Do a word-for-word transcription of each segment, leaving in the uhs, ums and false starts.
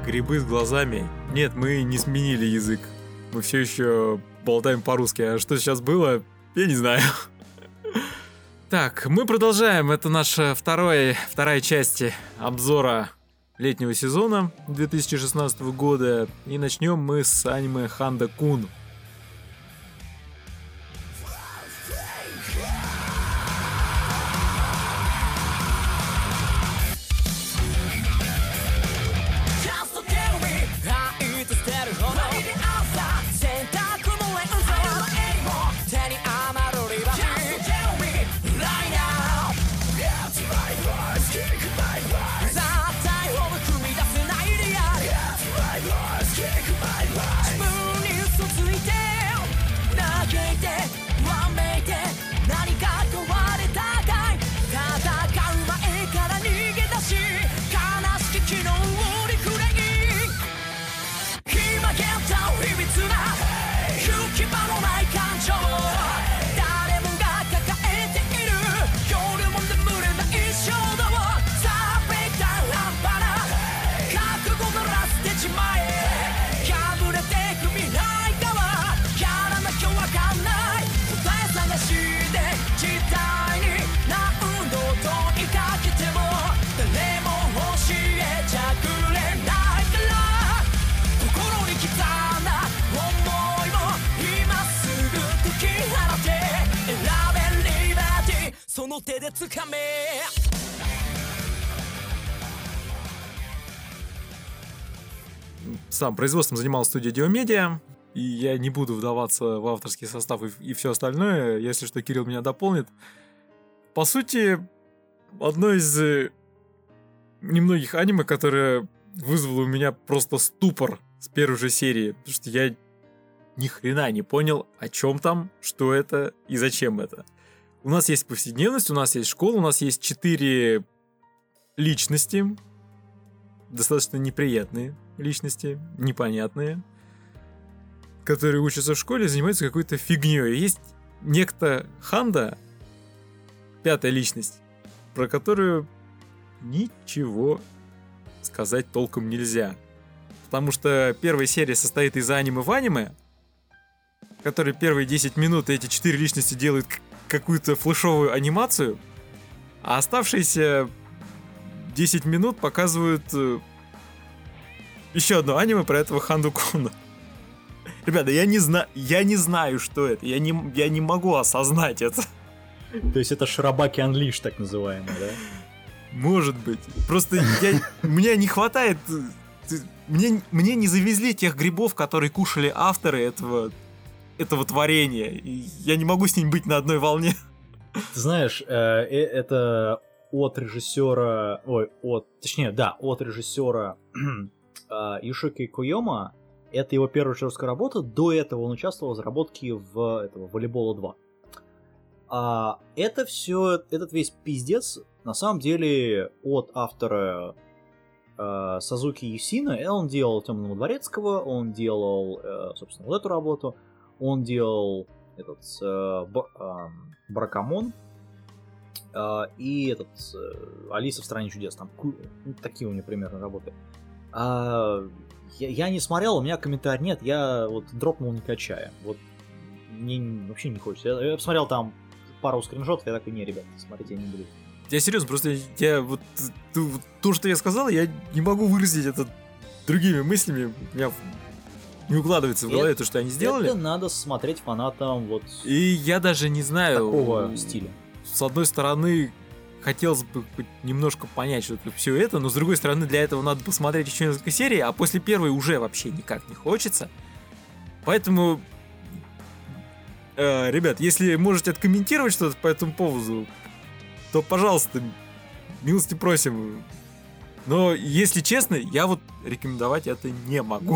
Грибы с глазами. Нет, мы не сменили язык. Мы все еще болтаем по-русски. А что сейчас было, я не знаю. Так, мы продолжаем. Это наша вторая, вторая часть обзора летнего сезона две тысячи шестнадцатого года. И начнем мы с аниме Ханда Кун. Сам производством занималась студия Диомедиа, и я не буду вдаваться в авторский состав и, и все остальное, если что, Кирилл меня дополнит. По сути, одно из немногих аниме, которое вызвало у меня просто ступор с первой же серии, потому что я ни хрена не понял, о чем там, что это и зачем это. У нас есть повседневность, у нас есть школа, у нас есть четыре личности, достаточно неприятные личности, непонятные, которые учатся в школе и занимаются какой-то фигней. Есть некто Ханда, пятая личность, про которую ничего сказать толком нельзя. Потому что первая серия состоит из аниме в аниме, который первые десять минут эти четыре личности делают какую-то флешовую анимацию, а оставшиеся десять минут показывают еще одно аниме про этого Ханду Куна. Ребята, я не знаю, я не знаю, что это. Я не, я не могу осознать это. То есть это Шарабаки Unleashed, так называемый, да? Может быть. Просто я, мне не хватает... Мне, мне не завезли тех грибов, которые кушали авторы этого, этого творения. И я не могу с ним быть на одной волне. Ты знаешь, э, э, это от режиссера... Ой, от... Точнее, да, от режиссера Юшики Койома. Это его первая режиссерская работа. До этого он участвовал в разработке в этого, Волейбола два. А это все, этот весь пиздец, на самом деле, от автора э, Сазуки Юсина. Он делал Темного Дворецкого, он делал, э, собственно, вот эту работу. Он делал этот э, б, э, Бракамон э, и этот э, Алиса в стране чудес. Там ну, такие у него примерно работы. А, я, я не смотрел, у меня комментариев нет, я вот дропнул не качая. Вот мне вообще не хочется. Я, я посмотрел там пару скриншотов, я такой, не, ребят, смотрите, я не буду. Я серьезно, просто я вот то, то, что я сказал, я не могу выразить это другими мыслями. У меня не укладывается в голове то, что они сделали. Это надо смотреть фанатам вот и я даже не знаю такого стиля. С одной стороны, хотелось бы немножко понять, что все это, но с другой стороны, для этого надо посмотреть еще несколько серий, а после первой уже вообще никак не хочется. Поэтому, э, ребят, если можете откомментировать что-то по этому поводу, то, пожалуйста, милости просим. Но, если честно, я вот рекомендовать это не могу.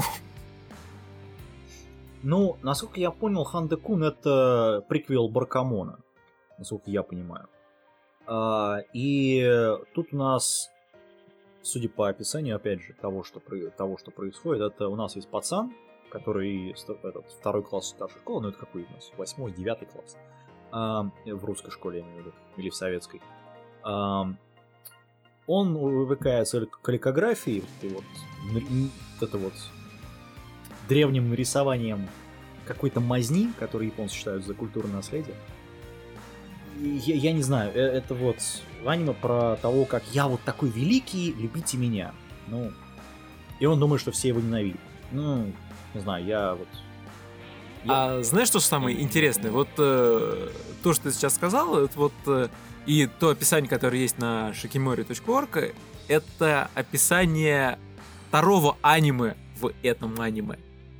Ну, насколько я понял, Ханда Кун это приквел Баркамона, насколько я понимаю. А, и тут у нас, судя по описанию, опять же, того, что, того, что происходит, это у нас есть пацан, который этот, второй класс старшей школы, ну это какой у нас, восьмой, девятый класс, а, в русской школе, я имею в виду, или в советской. А, он увлекается каллиграфией, и вот это вот древним рисованием какой-то мазни, который японцы считают за культурное наследие. Я, я не знаю, это вот аниме про того, как я вот такой великий, любите меня. Ну, и он думает, что все его ненавидят. Ну, не знаю, я вот... Я... А знаешь, что самое интересное? Вот э, то, что ты сейчас сказал, это вот э, и то описание, которое есть на шикимори точка орг, это описание второго аниме в этом аниме.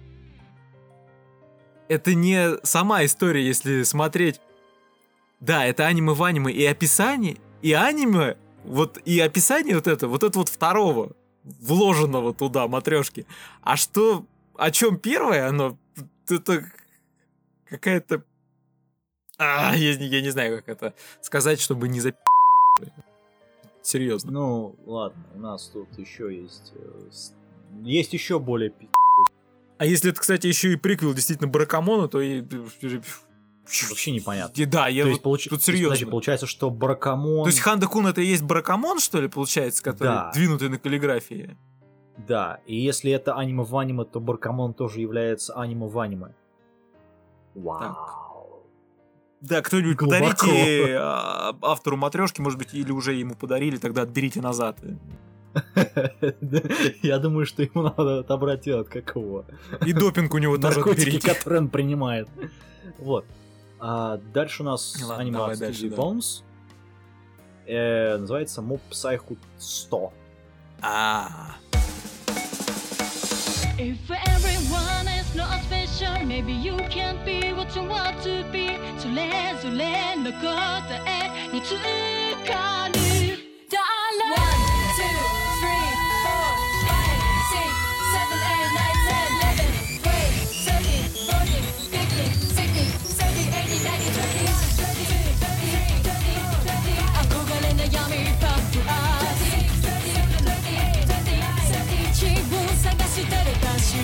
Это не сама история, если смотреть. Да, это аниме в аниме, и описание, и аниме, вот и описание вот это, вот это вот второго, вложенного туда, матрешки. А что, о чем первое, оно, это какая-то... А, я, я не знаю, как это сказать, чтобы не запи***. Серьезно. Ну, ладно, у нас тут еще есть... Есть еще более пи***. А если это, кстати, еще и приквел действительно Баракамону, то и... Вообще непонятно. Да, я то вот есть, получ... тут серьезно. Значит, получается, что Баракамон... То есть Ханда-кун это и есть Баракамон, что ли, получается, который да. двинутый на каллиграфии? Да, и если это аниме в аниме, то Баракамон тоже является аниме в аниме. Вау. Так. Да, кто-нибудь Глубоко. подарите автору матрешки, может быть, или уже ему подарили, тогда отберите назад. Я думаю, что ему надо отобрать от какого. И допинг у него тоже наркотики, отберите. которые он принимает. Вот. А дальше у нас Ладно, аниме давай от дальше, Studio да. Bones. Э, называется Mob Psycho сто. А. If everyone is not special, maybe you can't be what you want to be. それぞれの答えにつかる。One, two, three, four, five, six, seven, eight, nine, ten, eleven, twelve, thirteen, fourteen, fifteen, sixteen, seventeen, eighteen, nineteen, twenty, twenty-two, twenty-three, twenty-four, 憧れ悩みパップアップ。自分探してる歌詞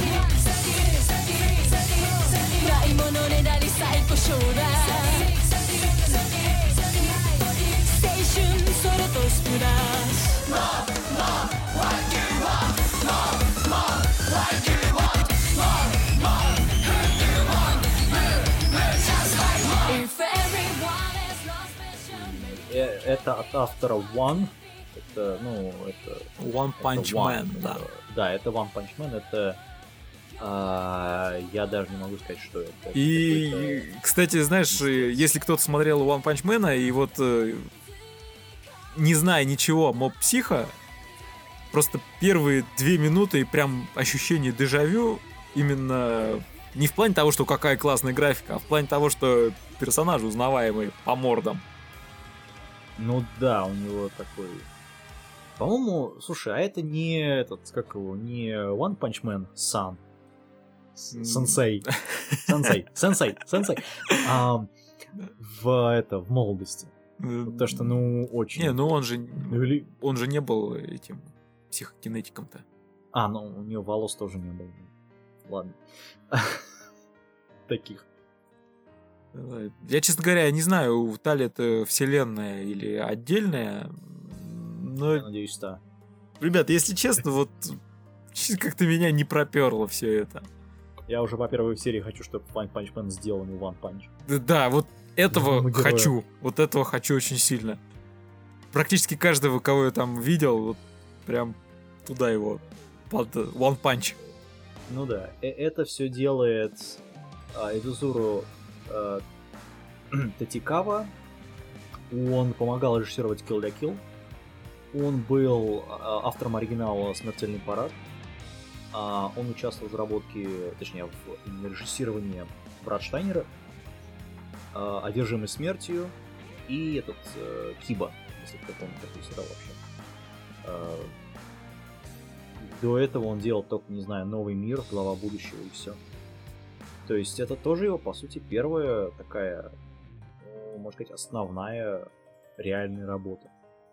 ないものねだり最高賞だ青春ソロとスプラッシュ More, more, what you want More, more, what you want More, more, who you want Move, move, just like more If everyone is not special Это от автора One. Это, ну, это... One Punch это One, Man, да. Да, это One Punch Man, это... А, я даже не могу сказать, что это. И, это... кстати, знаешь, если кто-то смотрел One Punch Man, и вот не зная ничего о Моб Психо, просто первые две минуты и прям ощущение дежавю именно не в плане того, что какая классная графика, а в плане того, что персонажи узнаваемые по мордам. Ну да, у него такой... По-моему, слушай, а это не этот, как его, не One Punch Man Сан. Сенсей. Сенсей. Сенсей. Сенсей. А, в это, в молодости. Потому что, ну, очень... Не, ну он же... Или... Он же не был этим психокинетиком-то. А, ну у него волос тоже не было. Ладно. Таких. Я, честно говоря, не знаю, та ли это вселенная или отдельная, но... Я надеюсь, да. Ребят, если честно, вот как-то меня не проперло все это. Я уже по первой серии хочу, чтобы One Punch Man сделал ему One Punch. Да, вот этого Героя. хочу. Вот этого хочу очень сильно. Практически каждого, кого я там видел, вот прям туда его под One Punch. Ну да, э- это все делает а, Эдузуру а, Татикава. Он помогал режиссировать Kill la Kill. Он был а, автором оригинала «Смертельный парад». А, он участвовал в разработке, точнее, в режиссировании «Брат Штайнера», а, «Одержимый смертью» и этот а, «Киба», если кто помнит такой сериал вообще. А, до этого он делал только, не знаю, «Новый мир», «Глава будущего» и все. То есть это тоже его, по сути, первая такая, ну, можно сказать, основная реальная работа.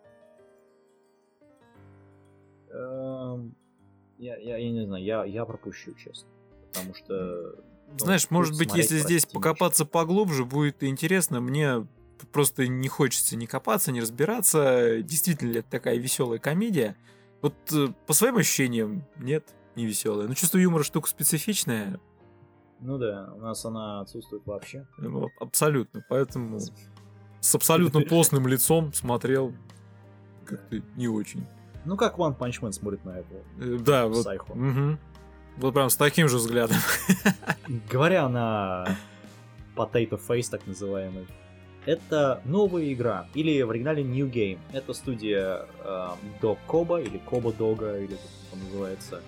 Эм, я, я, я не знаю, я, я пропущу, честно. Потому что... Знаешь, ну, может быть, если здесь простите, покопаться поглубже, будет интересно. Мне просто не хочется ни копаться, ни разбираться. Действительно ли это такая веселая комедия? Вот э, по своим ощущениям, нет, не веселая. Но чувство юмора штука специфичная. Ну да, у нас она отсутствует вообще. Ну, абсолютно. Поэтому с абсолютно постным лицом смотрел как-то не очень. Ну как One Punch Man смотрит на это? Э, Да, вот. Сайхо. Мгм. Вот прям с таким же взглядом. Говоря на Potato Face, так называемый, это новая игра, или в оригинале New Game. Это студия э, Dog Koba, или Kobo Dog, или как это называется.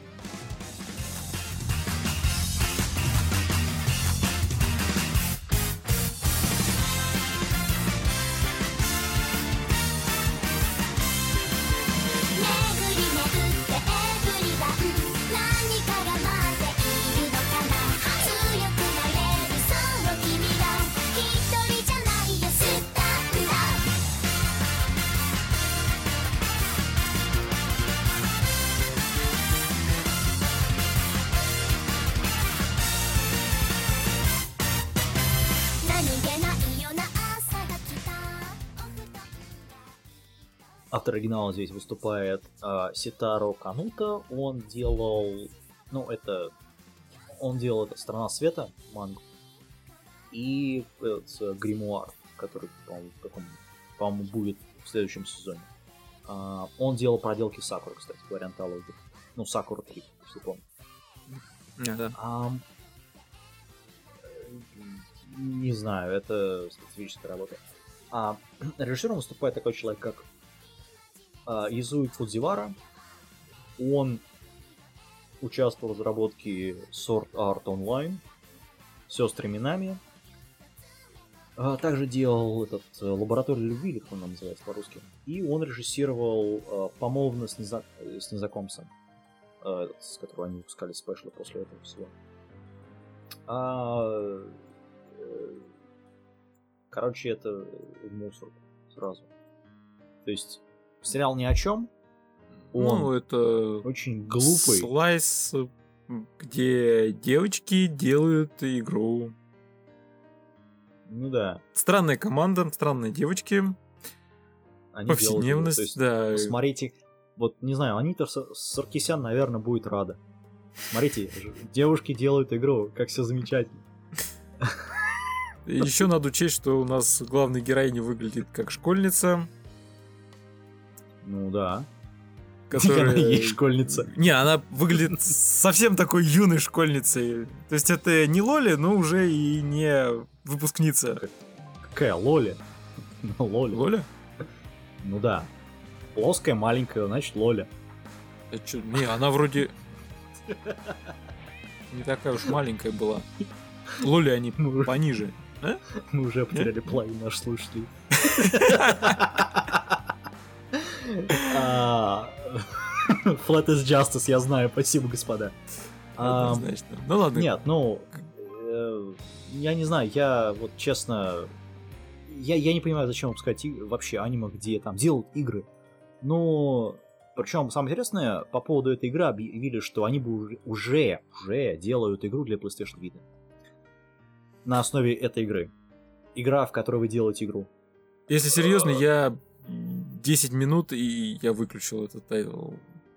Автор оригинала здесь выступает э, Ситаро Канута. Он делал, ну это, он делал это «Страна света» мангу и этот, Гримуар, который, по-моему, в каком, по-моему, будет в следующем сезоне. А, он делал проделки Сакуры, кстати говоря, антологию. Ну, Сакура три, если помню. Да. А, не знаю, это специфическая работа. А режиссером выступает такой человек, как а, Изуи Фудзивара. Он участвовал в разработке Sword Art Online, Сестры Минами. А, также делал этот Лабораторию любви, или как он называется по-русски. И он режиссировал а, Помолвно с, неза... с незнакомцем, а, с которого они выпускали спешлы после этого всего. А... Короче, это в мусорку сразу. То есть сериал ни о чем. Он Ну, это очень глупый. слайс, где девочки делают игру. Ну да. Странная команда, странные девочки. Они Повседневность, делают, то есть, да. Посмотрите, вот не знаю, Анита Саркисян, наверное, будет рада. Смотрите, девушки делают игру, как все замечательно. Еще надо учесть, что у нас главная героиня выглядит как школьница. Ну да. Которая... Она и есть школьница. Не, она выглядит совсем такой юной школьницей. То есть это не Лоли, но уже и не выпускница. Какая Лоли? Ну, Лоли. Лоля? Ну да. Плоская, маленькая, значит Лоля. А чё? Не, она вроде... Не такая уж маленькая была. Лоли они Мы- пониже. А? Мы уже потеряли половину наших слушателей. А, Flat is Justice, я знаю, спасибо, господа. А, Однозначно. Ну ладно. Нет, ну, э, я не знаю, я вот честно, я, я не понимаю, зачем выпускать и- вообще аниме, где там делают игры. Но, причем самое интересное, по поводу этой игры объявили, что они бы уже, уже, уже делают игру для PlayStation Vita. На основе этой игры. Игра, в которой вы делаете игру. Если серьезно, я десять минут, и я выключил этот тайтл.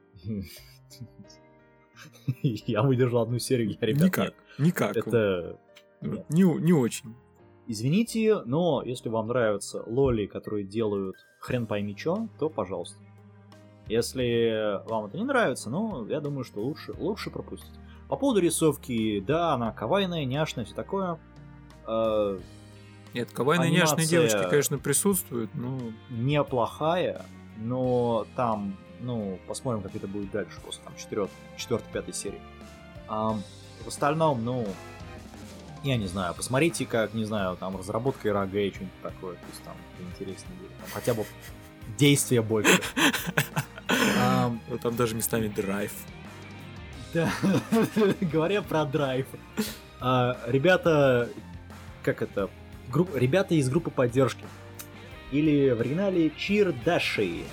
Я выдержал одну серию, я, ребят, Никак. нет. Никак. Это... Ну, Не, не очень. Извините, но если вам нравятся лоли, которые делают хрен пойми чё, то пожалуйста. Если вам это не нравится, ну, я думаю, что лучше, лучше пропустить. По поводу рисовки, да, она кавайная, няшная, все такое. Э, Нет, кавайные Анимация- няшные девочки, конечно, присутствуют, но... неплохая, но там, ну, посмотрим, как это будет дальше, после там четвёртой-пятой серии. А, в остальном, ну, я не знаю, посмотрите, как, не знаю, там, разработка РАГ и что-нибудь такое, то есть там интереснее будет. Там хотя бы действия больше. А, Вот там даже местами драйв. Да, говоря про драйв. А, ребята, как это, групп- ребята из группы поддержки. Или в оригинале Чирдаши.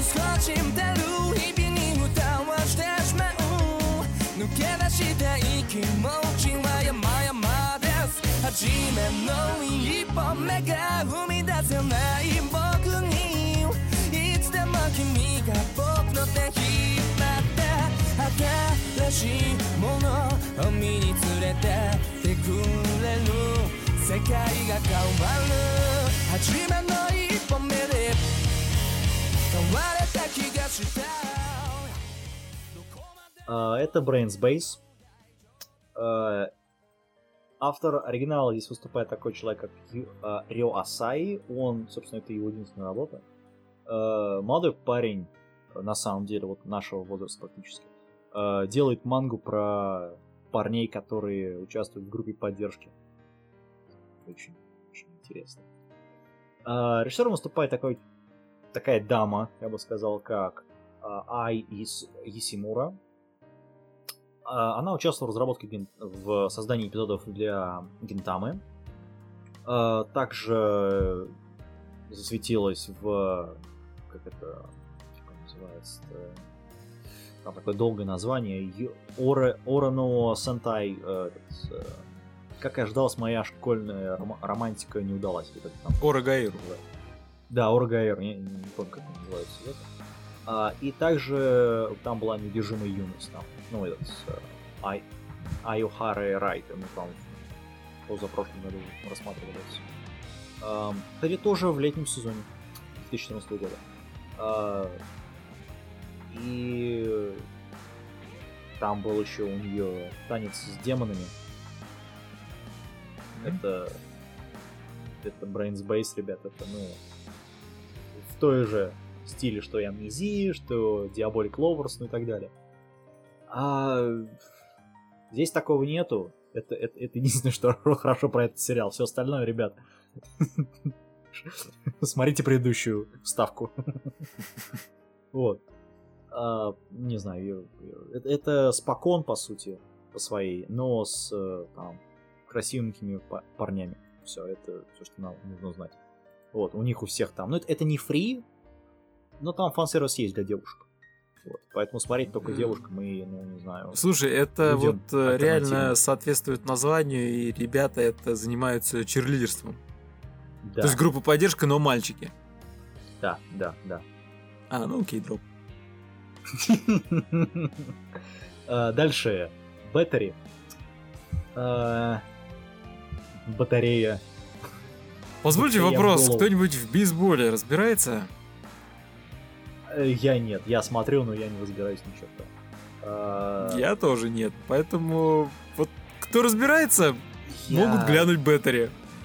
少し満たる日々に蓋をしてしまう抜け出したい気持ちは山々です初めの一歩目が踏み出せない僕にいつでも君が僕の手引っ張って新しいものを身に連れてってくれる世界が変わる初めの一歩目で変われた気がした。 Uh, это Brains Base. Uh, автор оригинала здесь выступает такой человек, как Ю, uh, Рё Асаи. Он, собственно, это его единственная работа. Uh, молодой парень, на самом деле, вот нашего возраста практически, uh, делает мангу про парней, которые участвуют в группе поддержки. Очень, очень интересно. Uh, режиссером выступает такой, такая дама, я бы сказал, как uh, Ай Ис, Исимура. Она участвовала в разработке, ген... в создании эпизодов для Гинтамы. Также засветилась в... Как это... Как называется? Там такое долгое название. Ора... Орано Сентай. Как и ожидалось, моя школьная ром... романтика не удалась. Ора Гаиру. Да, Ора Гаиру. Я не помню, как это называется. А, и также там была недержимая юность. Там, ну, этот Ай, Айохаре Райт. Мы, по-моему, в позапрошлом году рассматривали это. А, кстати, тоже в летнем сезоне две тысячи четырнадцатого года. А, и там был еще у нее танец с демонами. Mm-hmm. Это это Brains Base, ребята. Это, ну, в той же стиле, что и Амнезия, что Diabolic Lovers, ну и так далее. А здесь такого нету. Это, это, это единственное, что хорошо про этот сериал. Все остальное, ребят, смотрите предыдущую вставку. Вот. Не знаю, это спокон, по сути, по своей, но с там красивыми парнями. Все, это все, что нам нужно знать. Вот, у них у всех там. Ну, это, это не фри, но там фан-сервис есть для девушек. Вот. Поэтому смотреть только девушкам и, ну, не знаю... Слушай, это вот реально соответствует названию, и ребята это занимаются чирлидерством. Да. То есть группа поддержка, но мальчики. Да, да, да. А, ну окей, дроп. Дальше. Battery. Батарея. Позвольте вопрос, кто-нибудь в бейсболе разбирается? Я нет, я смотрю, но я не разбираюсь ни черта. А... Я тоже нет, поэтому вот кто разбирается, я... могут глянуть Battery.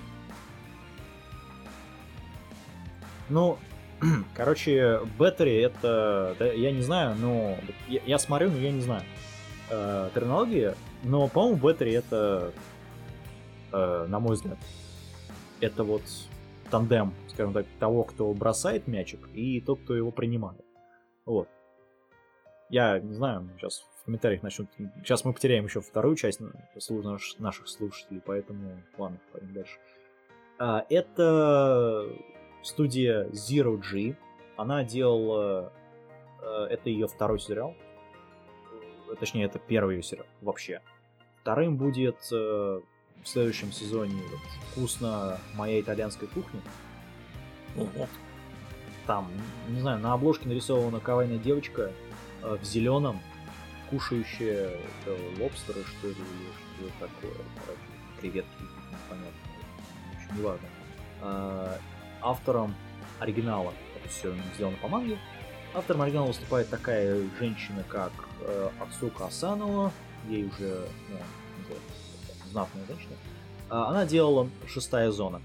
Ну, короче, Battery это, да, я не знаю, но я, я смотрю, но я не знаю э, терминологии, но, по-моему, Battery это, э, на мой взгляд, это вот тандем, скажем так, того, кто бросает мячик, и тот, кто его принимает. Вот. Я не знаю, сейчас в комментариях начнут... Сейчас мы потеряем еще вторую часть наших слушателей, поэтому ладно, пойдем дальше. А, это студия Zero G. Она делала... Это ее второй сериал. Точнее, это первый ее сериал вообще. Вторым будет в следующем сезоне «Вкусно моя итальянская кухня». Ого. Там, не знаю, на обложке нарисована кавайная девочка э, в зеленом, кушающая это, лобстеры, что ли, или что такое, короче, креветки, непонятно, очень неважно. Э, автором оригинала, это все сделано по манге, автором оригинала выступает такая женщина, как э, Ацука Асанова, ей уже, ну, знатная женщина. Э, она делала «Шестая зона».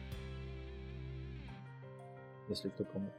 Если кто помнит.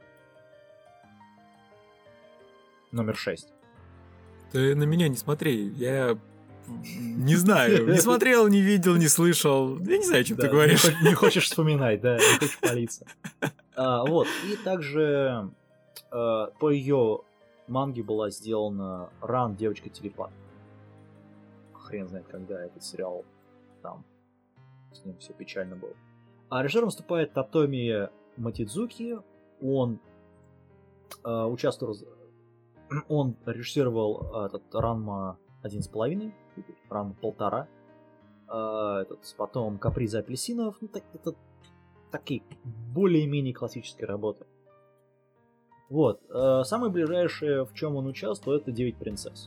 Номер шесть. Ты на меня не смотри, я не знаю, не смотрел, не видел, не слышал. Я не знаю, о чем ты говоришь. Не хочешь вспоминать, да, не хочешь палиться. Вот, и также по ее манге была сделана «Ран. Девочка-телепат». Хрен знает, когда этот сериал там с ним все печально было. А режиссером выступает Татоми Матидзуки. Он э, участвовал... Он режиссировал этот Ранма один с половиной, Ранма полтора. Э, этот, потом Капризы апельсинов. Ну, так, это такие более-менее классические работы. Вот. Э, самое ближайшее, в чем он участвовал, это «Девять принцесс».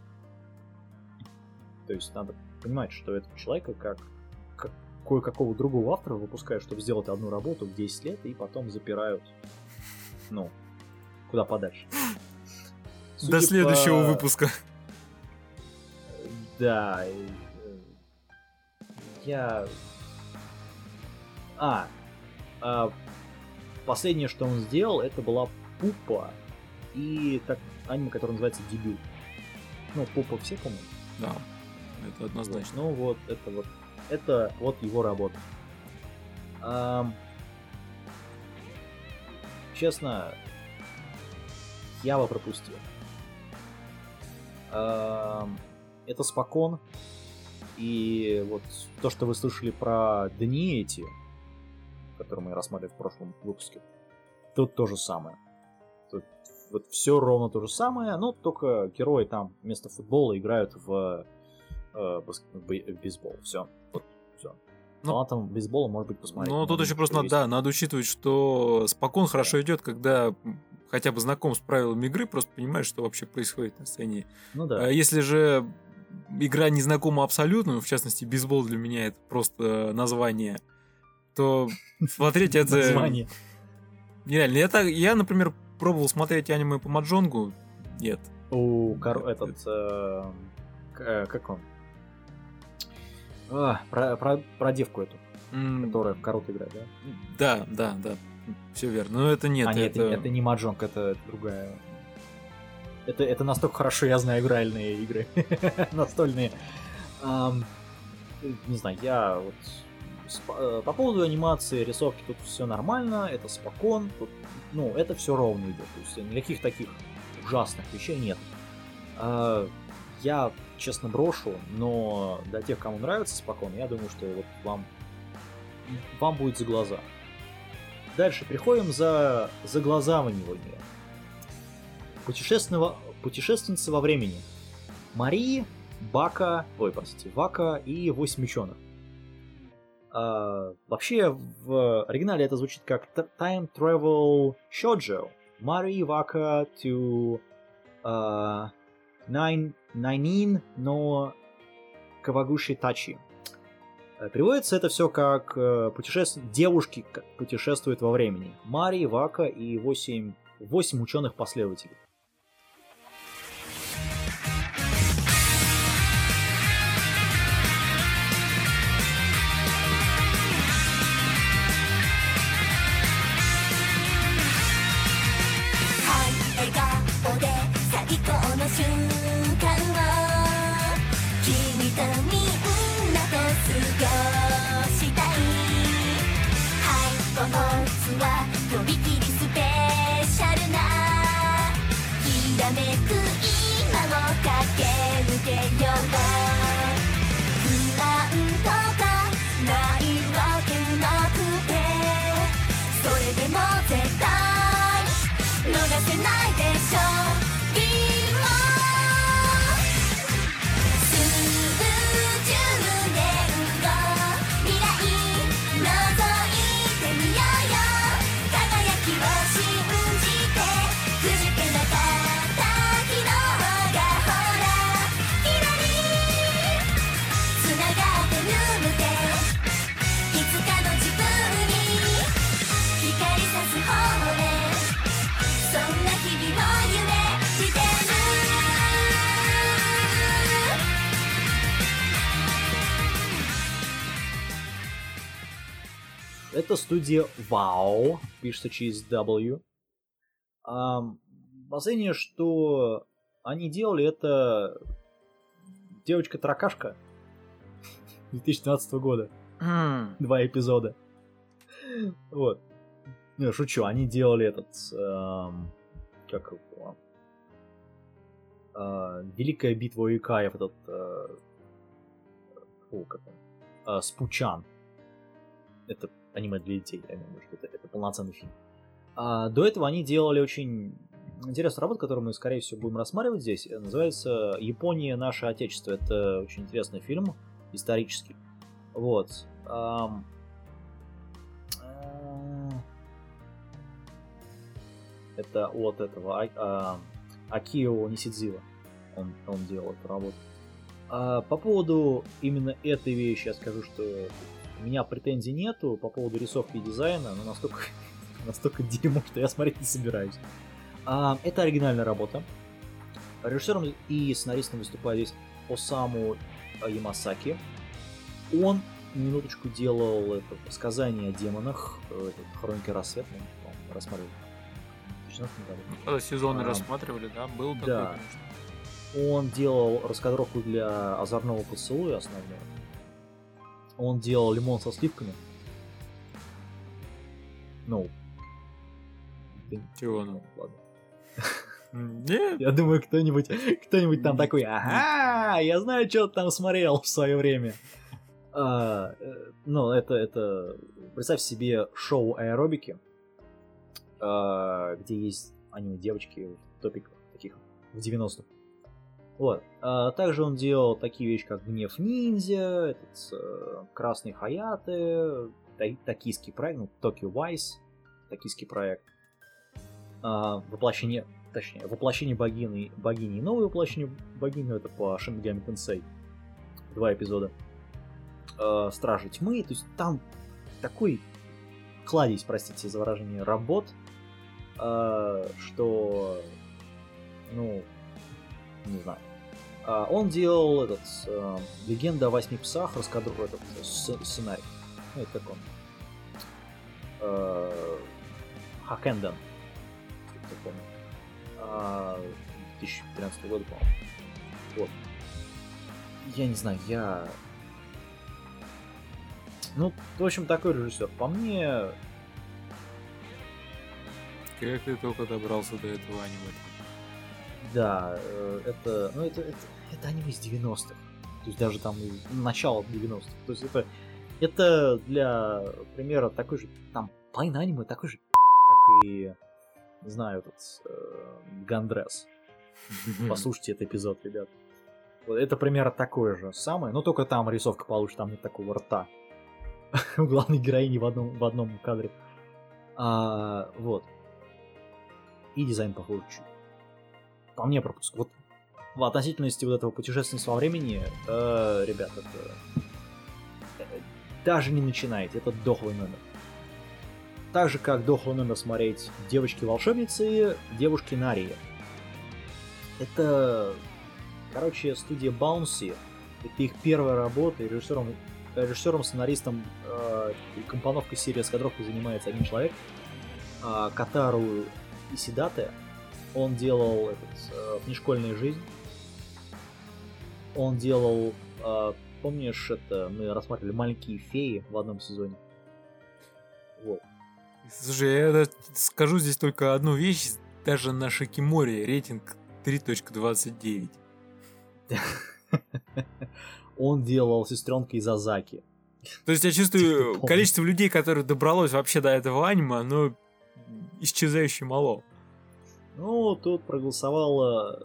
То есть надо понимать, что этого человека, как, как кое-какого другого автора, выпускают, чтобы сделать одну работу в десять лет, и потом запирают, ну, куда подальше. Судя До следующего по... выпуска. Да. Я... А, а. Последнее, что он сделал, это была Пупа и так аниме, которое называется «Дебют». Ну, Пупа все помнят? Да. Это однозначно. Ну вот, это вот, это вот его работа. Ам... Честно, я бы пропустил. Ам... Это спокон. И вот то, что вы слышали про дни эти, которые мы рассматривали в прошлом выпуске, тут то же самое. Тут вот все ровно то же самое, но только герои там вместо футбола играют в бейсбол, все. Вот, все. Фанатам бейсбола, может быть, посмотреть. Ну, тут еще просто надо, да, надо учитывать, что спокон хорошо идет, когда хотя бы знаком с правилами игры, просто понимаешь, что вообще происходит на сцене. Ну да. Если же игра незнакома абсолютно, в частности, бейсбол для меня это просто название, то смотреть это... Название. Нереально. Я, так, я, например, пробовал смотреть аниме по Маджонгу. Нет. У этот... Как он? А, про, про, про девку эту, mm. которая в Карут играет, да? Да, да, да. Все верно. Но это нет. А, нет, это... это, это не Маджонг, это, это другая. Это, это настолько хорошо я знаю игральные игры. Настольные. Um, не знаю, я вот... Сп- по поводу анимации, рисовки тут все нормально, это спокон. Тут, ну, это все ровно идет. То есть никаких таких ужасных вещей нет. Uh, я, честно, брошу, но для тех, кому нравится спокон, я думаю, что вот вам, вам будет за глаза. Дальше приходим за заглазаванивание. Путешественного, путешественница во времени. Мари, Бака, ой, простите, Вака и восемь ученых. А, вообще, в оригинале это звучит как Time Travel Shoujo. Мари, Вака to uh, Nine Найнин но Кавагуши Тачи. Переводится это все как путешествие... девушки путешествуют во времени. Мари, Вака и восемь, восемь ученых-последователей. Это студия вау, пишется через W. А, последнее, что они делали, это девочка-таракашка две тысячи двенадцатого года. Mm. Два эпизода. Вот. Не, шучу, они делали этот... Эм, как его? Э, Великая битва Икаев, этот... Э, фу, как он? Э, Спучан. Это аниме для детей, я имею в виду, это, это полноценный фильм. А до этого они делали очень интересная работа, которую мы, скорее всего, будем рассматривать здесь, называется «Япония. Наше Отечество». Это очень интересный фильм, исторический. Вот. Ам, э, Это от этого а- а, Акио Нисидзива. Он, он делал эту работу. А по поводу именно этой вещи я скажу, что у меня претензий нету по поводу рисовки и дизайна, но настолько, настолько дерьмо, что я смотреть не собираюсь. А, это оригинальная работа. Режиссером и сценаристом выступает здесь Осаму Ямасаки. Он минуточку делал это сказание о демонах, это, хроники рассвета, мы рассматривали. Когда сезоны А, рассматривали, да, был такой, да. конечно. Он делал раскадровку для «Озорного поцелуя» основную. Он делал «Лимон со сливками». Ну. Чего ну? Ладно. Нет. Я думаю, кто-нибудь, кто-нибудь там такой: ага, я знаю, что ты там смотрел в свое время. А, э, ну, это, это... Представь себе шоу аэробики, а, где есть аниме-девочки в топиках таких в девяностых. Вот. А также он делал такие вещи, как «Гнев ниндзя», этот, э, «Красный Хаяте», та- токийский проект, ну, Tokyo Vice, токийский проект. А, воплощение, точнее, воплощение богини, богини и новое воплощение богини, это по Shin Megami Tensei. Два эпизода. А, Стражи тьмы, то есть там такой кладезь, простите за выражение, работ, а, что, ну, не знаю. А, он делал этот э, «Легенда о восьми псах», раскадру этот с- сценарий. Ну, это как он. Э, Хакенден. Кто помнит. А, две тысячи тринадцатого года, по-моему. Вот. Я не знаю, я... Ну, в общем, такой режиссер. По мне... Как ты только добрался до этого аниме? Да, э, это, ну это, это, это аниме из девяностых. То есть даже там из начала девяностых. То есть это, это для примера такой же, там, половина аниме такой же, как и, не знаю, этот э, Гандрес. Послушайте этот эпизод, ребят. Вот это примерно такое же самое, но только там рисовка получше, там нет такого рта. У главной героини в одном, в одном кадре. А, вот. И дизайн похож чуть. По мне пропуск. Вот в относительности вот этого путешественности во времени, э, ребят, это э, даже не начинайте, это дохлый номер. Так же, как дохлый номер смотреть «Девочки-волшебницы», «Девушки-нарии». Это, короче, студия Bouncy. Это их первая работа, и режиссером, режиссером сценаристом э, и компоновкой серии «Раскадровкой» занимается один человек, э, Катару Исидате. Он делал этот, э, «Внешкольная жизнь». Он делал, э, помнишь, это мы рассматривали «Маленькие феи» в одном сезоне. Вот. Слушай, я скажу здесь только одну вещь. Даже на Шикиморе рейтинг три точка двадцать девять. Он делал «Сестренка из Азаки». То есть я чувствую, количество людей, которые добралось вообще до этого аниме, оно исчезающе мало. Ну, тут проголосовало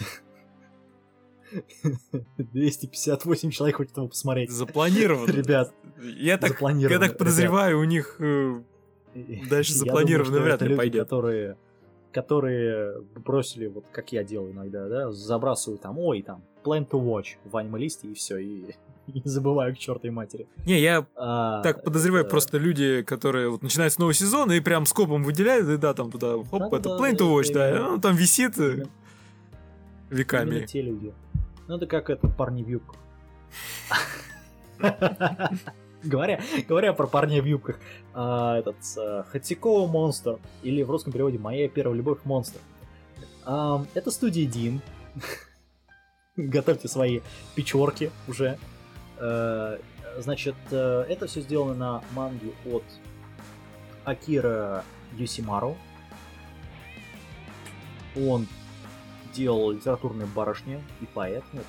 двести пятьдесят восемь человек, хочет его посмотреть. Запланировано. Ребят, я так, я так подозреваю, у них э, дальше запланировано вряд ли пойдет. Которые, которые бросили, вот как я делаю иногда, да, забрасываю там, ой, там, plan to watch в аниме-листе, и все, и, и забываю к чертовой матери. Не, я а, так подозреваю, это... просто люди, которые вот начинается новый сезон и прям скопом выделяют, и да, там туда, хоп, да, это да, plan да, to watch, да, да, он там висит именно, веками. Именно те люди. Ну, это как это, парни в юбках. Говоря, говоря про парней в юбках, а, этот а, Хатико Монстр, или в русском переводе «Моя первая любовь монстр». А, это студия Дин. Готовьте свои печорки уже. А, значит, это все сделано на манге от Акира Юсимару. Он делал «Литературную барышню» и поэт. Нет.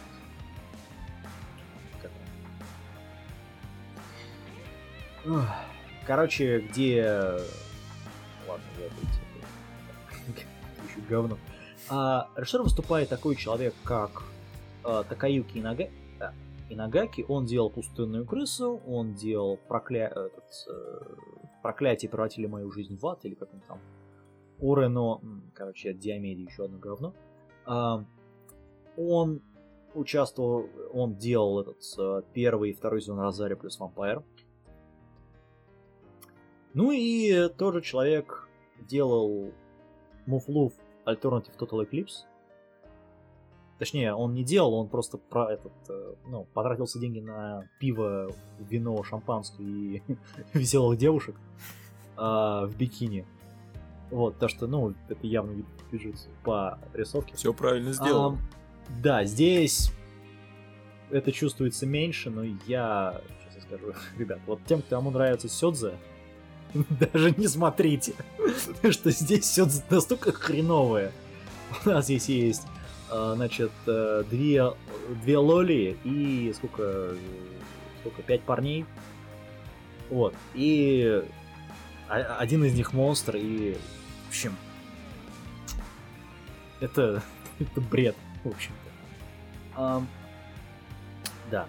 Короче, где... Ладно, я настоящее говно. А режиссером выступает такой человек, как а, Такаюки Инага... а, Инагаки. Он делал «Пустынную крысу», он делал прокля... этот, э, «Проклятие превратили мою жизнь в ад», или как он там, Орено, короче, от Диомеди, еще одно говно. А, он участвовал, он делал этот первый и второй сезон Розарио плюс Вампир. Ну и тот же человек делал Move-Love Alternative Total Eclipse. Точнее, он не делал, он просто про этот, ну, потратился деньги на пиво, вино, шампанское и веселых девушек а, в бикини. Вот, то что, ну, это явно бюджет по рисовке. Все правильно сделал. А, да, здесь это чувствуется меньше, но я, сейчас я скажу, ребят, вот тем, кому нравится сёдзе, даже не смотрите, что здесь сёдзе настолько хреновое. У нас здесь есть, значит, две, две лоли и сколько, сколько, пять парней. Вот, и один из них монстр, и, в общем, это, это бред, в общем-то. Um, да.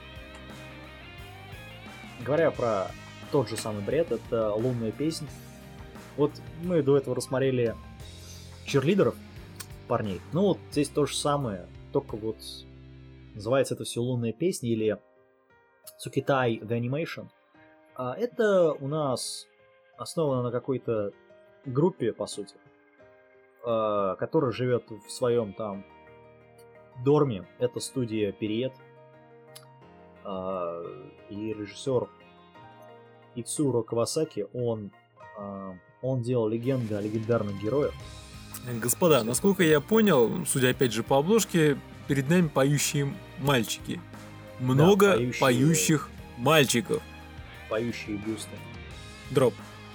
Говоря про тот же самый бред, это «Лунная песнь». Вот мы до этого рассмотрели черлидеров, парней. Ну вот здесь то же самое, только вот называется это все «Лунная песня» или «Цукитай The Animation». А это у нас основано на какой-то группе, по сути, которая живет в своем там дорме. Это студия Периет. И режиссер Ицуро Кавасаки, он, он делал «Легенды о легендарных героях». Господа, насколько я понял, судя опять же по обложке, перед нами поющие мальчики. Много да, поющие... поющих мальчиков. Поющие бюсты. Дроп.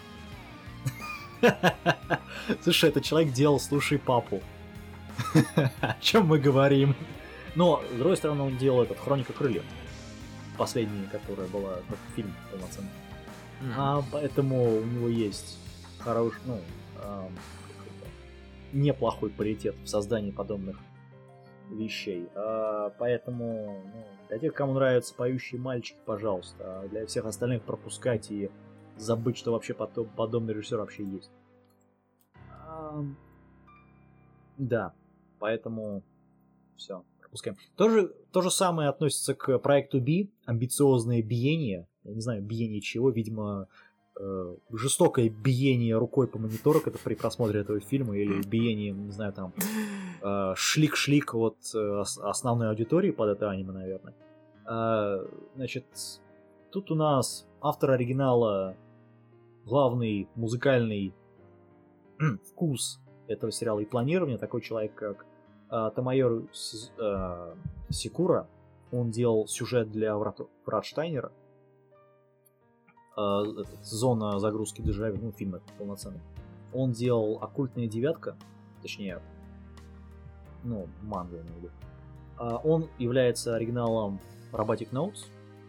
Слушай, этот человек делал «Слушай папу». О чем мы говорим? Но, с другой стороны, он делал этот «Хроника крыльев». Последняя, которая была как фильм полноценный. Mm-hmm. А поэтому у него есть хороший, ну, а, неплохой паритет в создании подобных вещей. А, поэтому, ну, для тех, кому нравятся поющие мальчики, пожалуйста. А для всех остальных пропускать и забыть, что вообще потом подобный режиссер вообще есть. А, да, поэтому все, пропускаем. То же, то же самое относится к проекту Би, амбициозное биение. Я не знаю, биение чего, видимо, э, жестокое биение рукой по монитору, это при просмотре этого фильма, или биение, не знаю, там, э, шлик-шлик от э, основной аудитории под это аниме, наверное. Э, значит, тут у нас автор оригинала, главный музыкальный вкус этого сериала и планирование, такой человек, как э, Томайору Си, э, Сикура. Он делал сюжет для Врат, Врат Штайнера. Э, зона загрузки дежавю, ну, фильм этот полноценный. Он делал «Оккультная девятка», точнее, ну, манга, я имею в виду. Э, он является оригиналом Robotic Notes.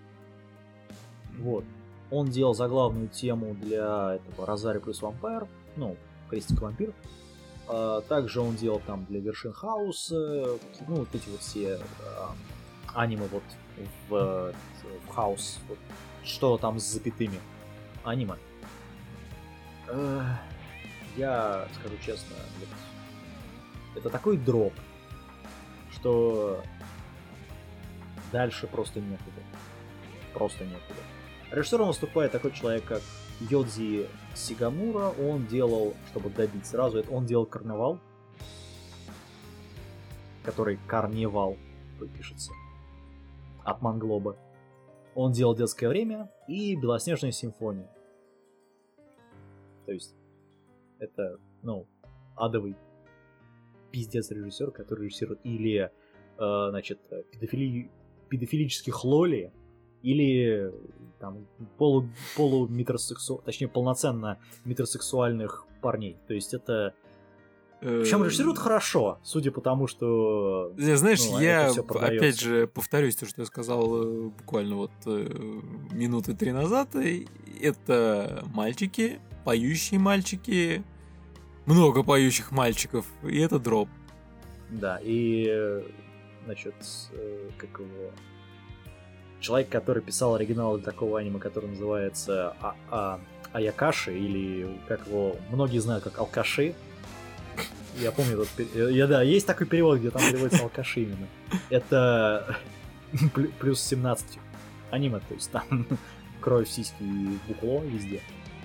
Вот. Он делал заглавную тему для этого Розарио плюс Вампир, ну, Крестик Вампир. А, также он делал там для Вершин Хаус, ну, вот эти вот все а, аниме вот в, в Хаус, вот, что там с запятыми аниме. А, я скажу честно, вот, это такой дроп, что дальше просто некуда. Просто некуда. Режиссером выступает такой человек, как Йодзи Сигамура. Он делал, чтобы добить сразу, он делал «Карнавал», который «Карневал» пишется, от Манглоба. Он делал «Детское время» и «Белоснежная симфония». То есть, это, ну, адовый пиздец режиссер, который режиссирует или, э, значит, педофили... педофилических лоли, или там полу, полу метросексу... точнее полноценно метросексуальных парней. То есть это... Причем режиссируют хорошо, судя по тому, что... Знаешь, ну, я опять же повторюсь то, что я сказал буквально вот минуты три назад. Это мальчики, поющие мальчики, много поющих мальчиков, и это дроп. Да, и, э, значит, э, как его... Человек, который писал оригинал для такого аниме, который называется а- а- Аякаши, или как его многие знают как Алкаши. Я помню, этот, пер- я, да, есть такой перевод, где там переводится Алкаши именно. Это плю- плюс семнадцать аниме, то есть там кровь, сиськи и бухло везде.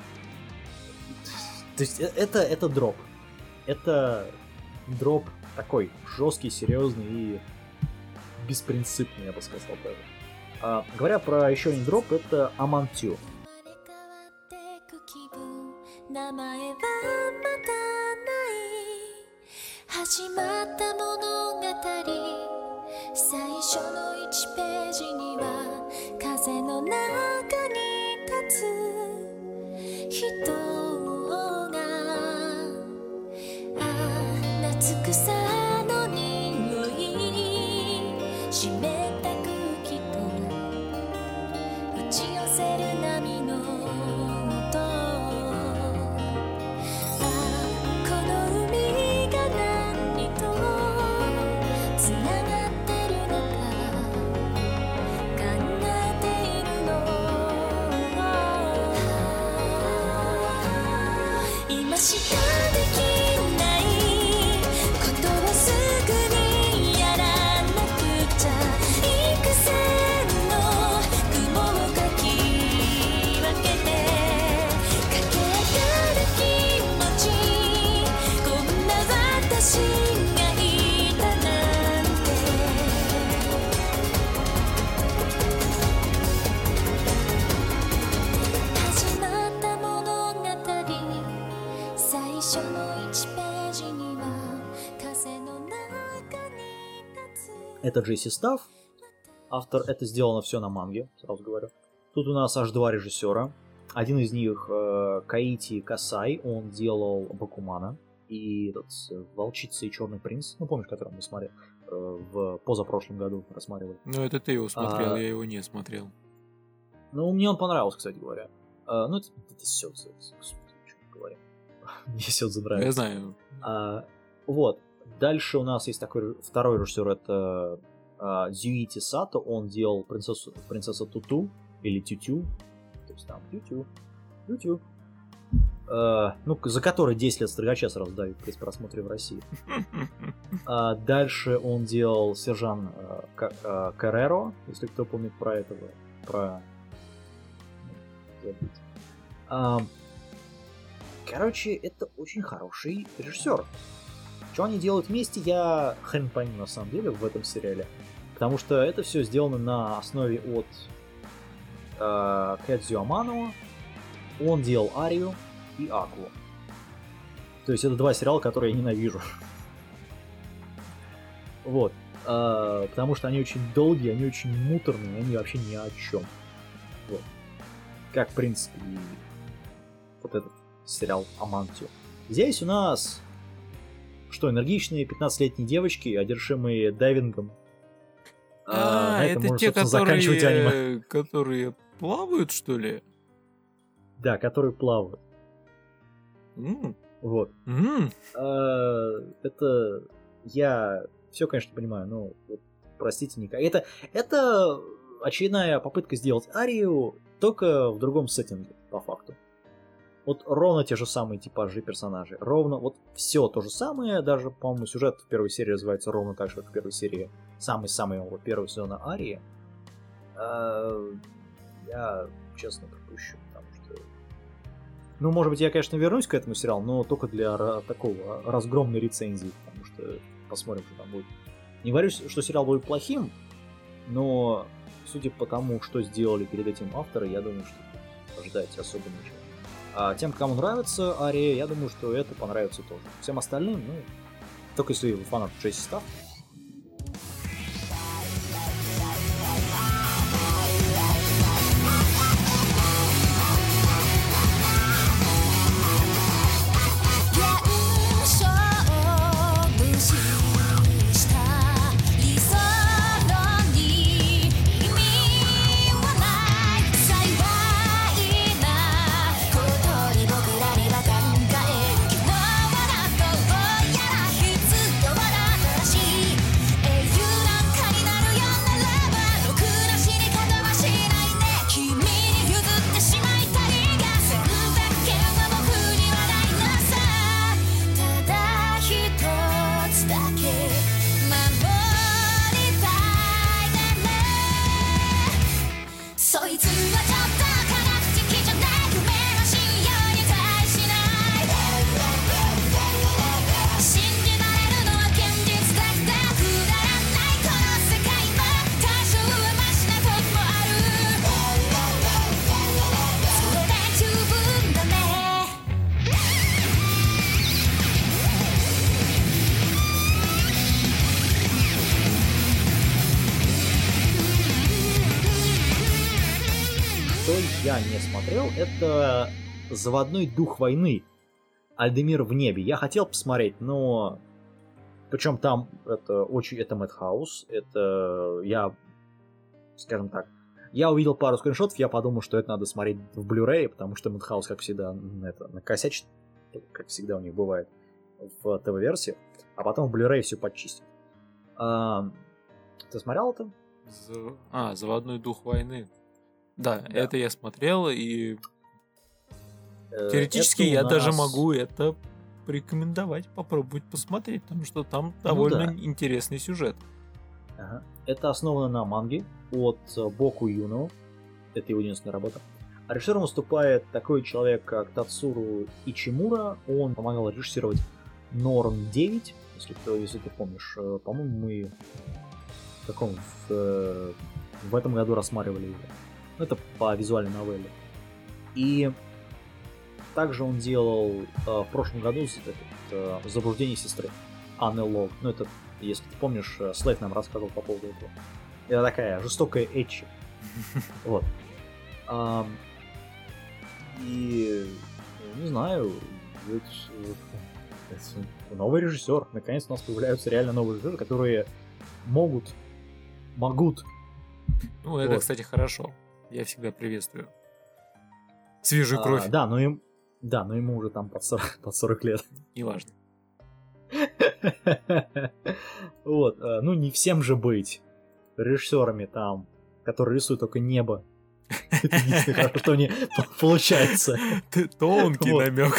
То есть э- это, это дроп. Это дроп такой жесткий, серьезный и беспринципный, я бы сказал даже. А, говоря про еще один дроп, это Амантю. 名前はまだない始まった物語最初のいちページには風の中に立つ人がああ夏草の匂い湿った空気と打ち寄せる波のしかできないことはすぐにやらなくちゃ幾千の雲をかき分けて駆け上がる気持ちこんな私がいたなんて始まった物語最初のいちページには風の中に立つ Это джей си Staff. Автор, это сделано все на манге, сразу говорю. Тут у нас аж два режиссера. Один из них э, Каити Касай, он делал Бакумана и этот, Волчица и Черный принц, ну помнишь, который мы смотрели э, в позапрошлом году рассматривали. Ну это ты его смотрел, А... я его не смотрел. Ну мне он понравился, кстати говоря. Э, ну это, это Сёдзе, что говоря. Мне Сёдзе нравится. Я знаю. А, вот. Дальше у нас есть такой второй режиссер, это а, Дзюити Сато. Он делал принцессу, принцессу Туту или Тютю. То есть там Тютю. Тютю. А, ну, за который десять лет строгача сразу дают при просмотре в России. А, дальше он делал Сержан а, К- а, Карреро, если кто помнит про этого. Про... А, Короче, это очень хороший режиссер. Что они делают вместе, я хрен пойму на самом деле в этом сериале. Потому что это все сделано на основе от э, Кэдзю Амано. Он делал Арию и Акву. То есть это два сериала, которые я ненавижу. Вот. Э, потому что они очень долгие, они очень муторные, они вообще ни о чем. Вот. Как, в принципе, и вот этот сериал Амантю. Здесь у нас что, энергичные пятнадцатилетние девочки, одержимые дайвингом. А, а это те, которые... которые плавают, что ли? Да, которые плавают. Mm. Вот. Mm. А, это... Я все, конечно, понимаю, но вот, простите, никак. Это, это очередная попытка сделать Арию, только в другом сеттинге, по факту. Вот ровно те же самые типажи персонажей. Ровно вот все то же самое. Даже, по-моему, сюжет в первой серии называется ровно так же, как в первой серии. Самый-самый вот, первого сезона Арии. А, я, честно, пропущу, потому что... Ну, может быть, я, конечно, вернусь к этому сериалу, но только для ра- такого разгромной рецензии, потому что посмотрим, что там будет. Не говорю, что сериал будет плохим, но, судя по тому, что сделали перед этим авторы, я думаю, что ждать особо ничего. А тем, кому нравится Ария, я думаю, что это понравится тоже. Всем остальным, ну, только если вы фанат джей си Staff. я не смотрел, это «Заводной дух войны». Альдемир в небе. Я хотел посмотреть, но... Причем там это очень... Это Madhouse. Это... Я... Скажем так. Я увидел пару скриншотов, я подумал, что это надо смотреть в Blu-ray, потому что Madhouse, как всегда, это, накосячит, как всегда у них бывает в ТВ-версии, а потом в Blu-ray все подчистит. А... Ты смотрел это? За- А, «Заводной дух войны». Да, Да. это я смотрел, и Э, теоретически это у я даже нас- могу это порекомендовать, попробовать посмотреть, потому что там Ну довольно да. интересный сюжет. Ага. Это основано на манге от э, Боку Юно. Это его единственная работа. А режиссером выступает такой человек, как Тацуру Ичимура. Он помогал режиссировать Норн девять, если, ты- если ты помнишь. Э, По-моему, мы в каком в, э, в этом году рассматривали его. Ну, это по визуальной новелле. И также он делал э, в прошлом году с- этот, э, «Заблуждение сестры» Анны Лог. Ну, это, если ты помнишь, э, Слейв нам рассказывал по поводу этого. Это такая жестокая этчи. Вот. Ам, И не знаю, ведь, э, это новый режиссер. Наконец у нас появляются реально новые режиссеры, которые могут, могут. Ну, это, Вот. кстати, хорошо. Я всегда приветствую. Свежую а, кровь, Да, но им, да, но ему уже там под сорок, под сорок лет. неважно. Вот, э, ну не всем же быть режиссерами там, которые рисуют только небо. Это единственное хорошо, что мне по- получается. Ты тонкий Вот. намек.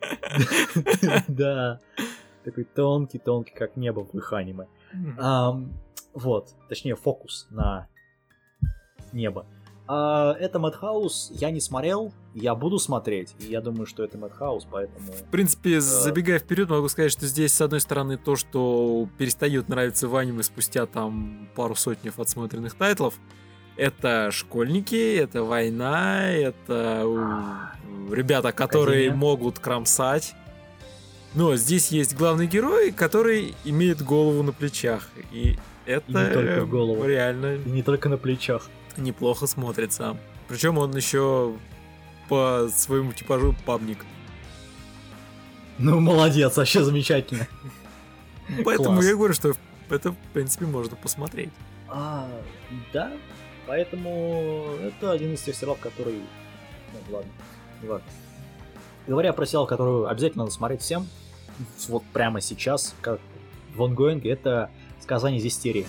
Да. Такой тонкий-тонкий, как небо в их аниме. Ам, Вот, точнее, фокус на небо. А, Это Madhouse, я не смотрел, я буду смотреть, и я думаю, что это Madhouse, поэтому... В принципе, забегая вперед, могу сказать, что здесь, с одной стороны, то, что перестает нравиться в аниме спустя там пару сотен отсмотренных тайтлов, это школьники, это война, это у- ребята, которые Академия. могут кромсать. Но здесь есть главный герой, который имеет голову на плечах. И это И не только в голову. реально И не только на плечах. неплохо смотрится. Причем он еще по своему типажу пабник. Ну, молодец, вообще замечательно. Поэтому Класс. я говорю, что это, в принципе, можно посмотреть. А, да, поэтому это один из тех сериалов, который... Ну, ладно, не важно. Говоря про сериал, который обязательно надо смотреть всем, вот прямо сейчас, как в онгоинге, это «Сказание Зестерии».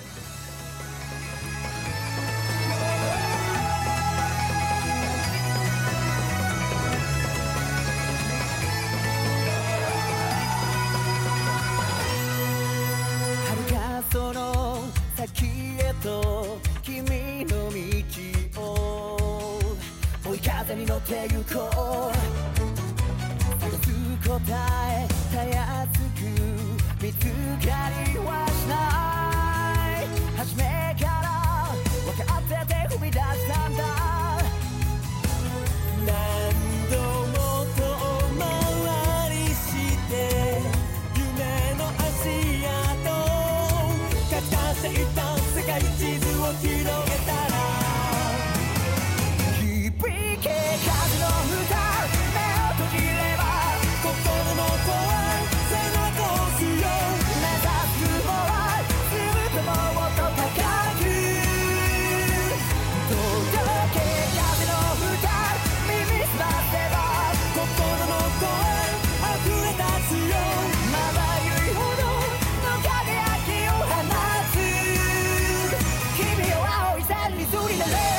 遥かその先へと君の道を追い風に乗って行こう探す答えたやすく見つかりはしない初めから分かってて踏み出したんだ何度も遠回りして夢の足跡書き足していった世界地図を広げたら響け風の歌目を閉じれば心の声背中を押すよ目指すもはずっともっと高く届け風の歌耳すませば心の声溢れ出すよまばゆいほどの輝きを放つ君を青い線にすりなれ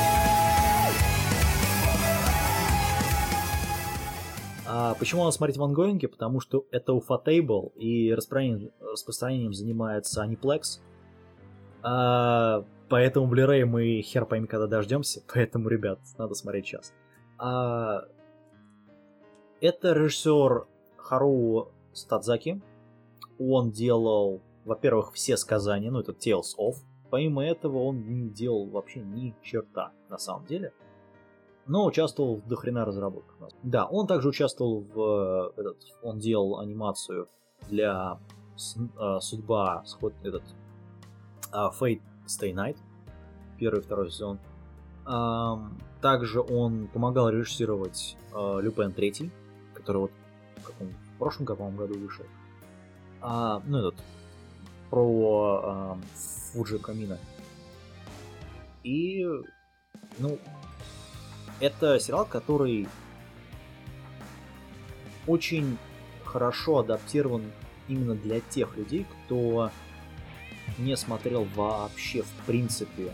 А почему надо смотреть в ангоинге? Потому что это Ufotable, и распространением, распространением занимается Aniplex. А, поэтому Blu-ray мы хер пойми когда дождемся, поэтому, ребят, надо смотреть сейчас. А, это режиссер Хару Стадзаки. Он делал, во-первых, все сказания, ну это Tales of. Помимо этого он не делал вообще ни черта, на самом деле. Но участвовал в дохрена разработках. Да, он также участвовал в э, этот, он делал анимацию для с- э, судьба сход этот э, Fate Stay Night, первый и второй сезон. Ам, также он помогал режиссировать э, Люпен третий, который вот в, каком, в прошлом, по-моему, году вышел. А, ну, этот, про э, Фуджи Камина. И, ну, это сериал, который очень хорошо адаптирован именно для тех людей, кто не смотрел вообще, в принципе,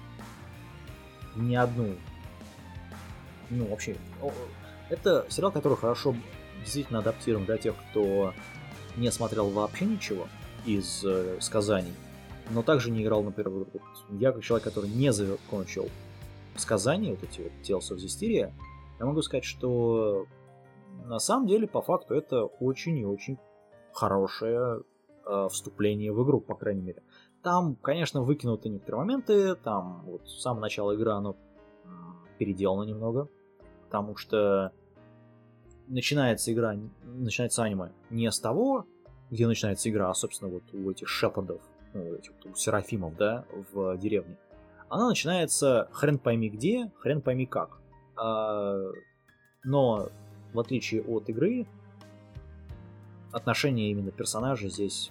ни одну. Ну, вообще, это сериал, который хорошо действительно адаптирован для тех, кто не смотрел вообще ничего из э, сказаний, но также не играл, например, вот, я как человек, который не закончил сказания, вот эти вот Tales of Zestiria, я могу сказать, что на самом деле, по факту, это очень и очень хорошее э, вступление в игру, по крайней мере. Там, конечно, выкинуты некоторые моменты, там вот с самого начала игры оно переделано немного, потому что начинается игра, начинается аниме не с того, где начинается игра, а, собственно, вот у этих шепардов, ну, этих, у серафимов, да, в деревне. Она начинается хрен пойми где, хрен пойми как. А, но, в отличие от игры, отношения именно персонажей здесь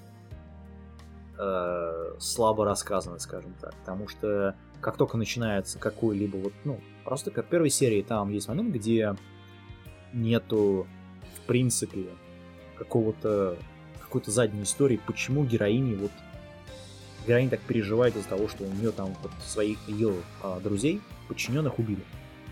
э, слабо рассказаны, скажем так. Потому что как только начинается какой-либо вот, ну, просто как в первой серии там есть момент, где нету, в принципе, какого-то какой-то задней истории, почему героини вот героиня так переживает из-за того, что у нее там вот своих ее а, друзей, подчиненных убили.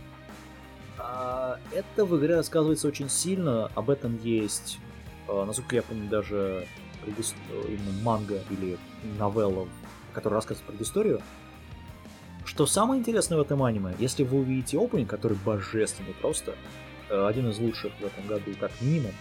А, это в игре рассказывается очень сильно, об этом есть, а, насколько я помню, даже именно манга или новелла, которая рассказывает предысторию. Что самое интересное в этом аниме, если вы увидите опенинг, который божественный просто, один из лучших в этом году как минимум,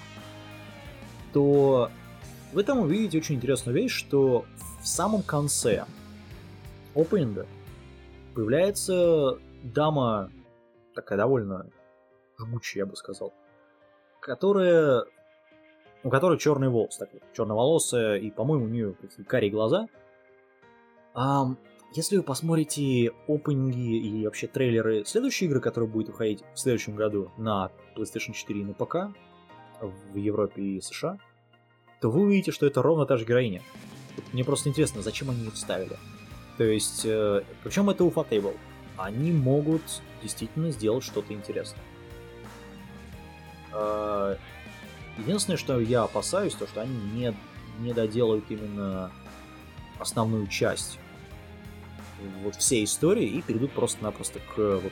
то вы там увидите очень интересную вещь, что в самом конце опенинга появляется дама, такая довольно жгучая, я бы сказал, которая, у которой черный волос, такой, черноволосая, и, по-моему, у нее карие глаза. А если вы посмотрите опенинги и вообще трейлеры следующей игры, которая будет выходить в следующем году на PlayStation четыре и на ПК в Европе и США, то вы увидите, что это ровно та же героиня. Мне просто интересно, зачем они ее вставили. То есть, э, причем это Ufotable. Они могут действительно сделать что-то интересное. Э, единственное, что я опасаюсь, то что они не, не доделают именно основную часть вот всей истории и перейдут просто-напросто к вот,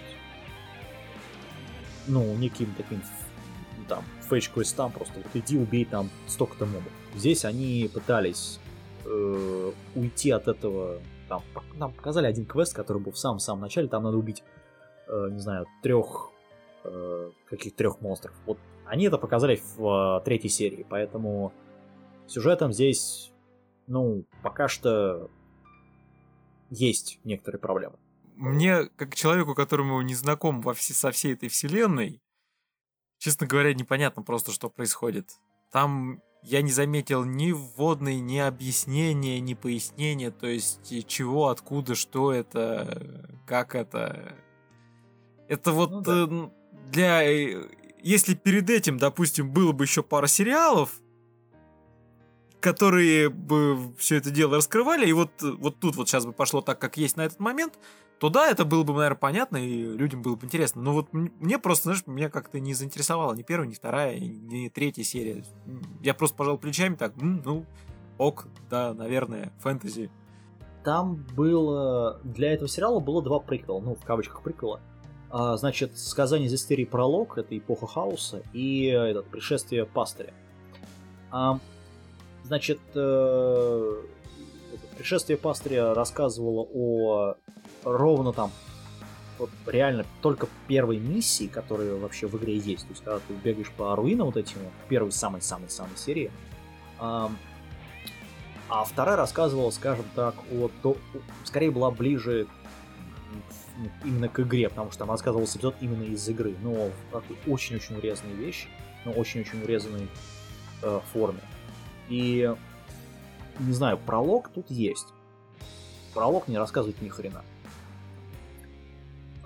ну, неким таким там фэтч-квестам, просто вот иди убей там столько-то мобов. Здесь они пытались э, уйти от этого, там, нам показали один квест, который был в самом-самом начале, там надо убить, э, не знаю, трех, э, каких трех монстров. Вот они это показали в э, третьей серии, поэтому сюжетом здесь, ну, пока что есть некоторые проблемы. Мне, как человеку, которому не знаком во все, со всей этой вселенной, честно говоря, непонятно просто, что происходит. Там я не заметил ни вводной, ни объяснения, ни пояснения, то есть чего, откуда, что это, как это. Это вот ну, да. э, для... Если перед этим, допустим, было бы еще пара сериалов, которые бы все это дело раскрывали, и вот, вот тут вот сейчас бы пошло так, как есть на этот момент, то да, это было бы, наверное, понятно, и людям было бы интересно. Но вот мне просто, знаешь, меня как-то не заинтересовала ни первая, ни вторая, ни третья серия. Я просто пожал плечами так, ну, ок, да, наверное, фэнтези. Там было... Для этого сериала было два приквела, ну, в кавычках приквела. А, значит, сказание Зестирии пролог, это эпоха хаоса, и этот, пришествие пастыря. А, значит, э, пришествие пастыря рассказывало о ровно там, вот реально только первой миссии, которая вообще в игре есть. То есть, когда ты бегаешь по руинам вот этим, в первой самой-самой-самой серии. А, а вторая рассказывала, скажем так, о то, скорее была ближе именно к игре, потому что там рассказывался эпизод именно из игры, но в такой очень-очень урезанной вещи, но очень-очень урезанной э, форме. И не знаю, пролог тут есть. Пролог не рассказывает ни хрена.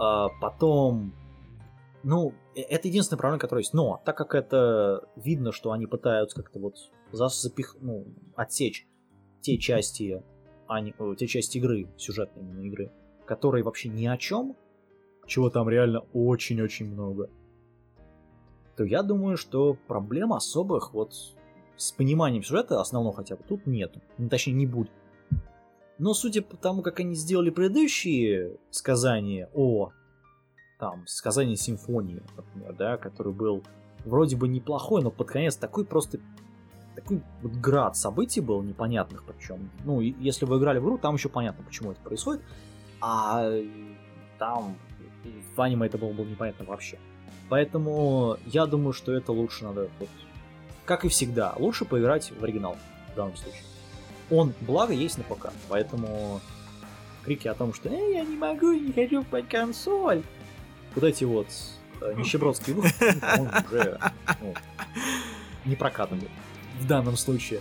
А, потом, ну, э- это единственная проблема, которая есть. Но, так как это видно, что они пытаются как-то вот зас- запих... ну, отсечь те части, ани- о, те части игры, сюжетной именно игры, которые вообще ни о чем, чего там реально очень-очень много, то я думаю, что проблем особых вот с пониманием сюжета основного хотя бы тут нету. Ну, точнее, не будет. Но судя по тому, как они сделали предыдущие сказания о там, сказание симфонии, например, да, который был вроде бы неплохой, но под конец такой просто такой вот град событий был непонятных причем. Ну, и если вы играли в игру, там еще понятно, почему это происходит. А там в аниме это было, было непонятно вообще. Поэтому я думаю, что это лучше надо, вот, как и всегда, лучше поиграть в оригинал в данном случае. Он, благо, есть на ПК, поэтому крики о том, что «Эй, я не могу, не хочу под консоль», вот эти вот э, нищебродские духи, ну, уже ну, не прокатаны в данном случае.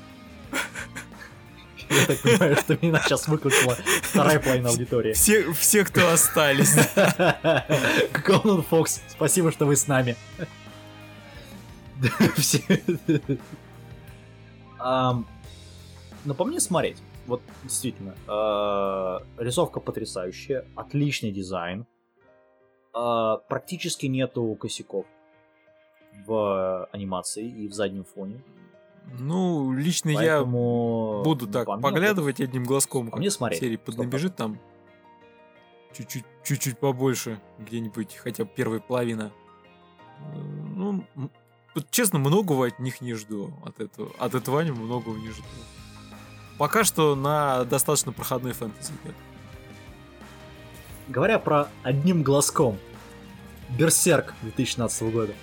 Я так понимаю, что меня сейчас выключила вторая половина аудитории. Все, все, кто остались. Golden Fox, спасибо, что вы с нами. Но по мне смотреть, вот действительно, рисовка потрясающая, отличный дизайн, практически нету косяков в анимации и в заднем фоне. Ну, лично Поэтому, я буду ну, так по мне, поглядывать одним глазком, по как мне смотреть. серии поднабежит там чуть-чуть, чуть-чуть побольше, где-нибудь хотя бы первая половина. Э, Ну, м- вот честно, многого от них не жду. От этого, от этого аниме многого не жду. Пока что на достаточно проходной фэнтези идет. Говоря про одним глазком, Берсерк две тысячи шестнадцатого года.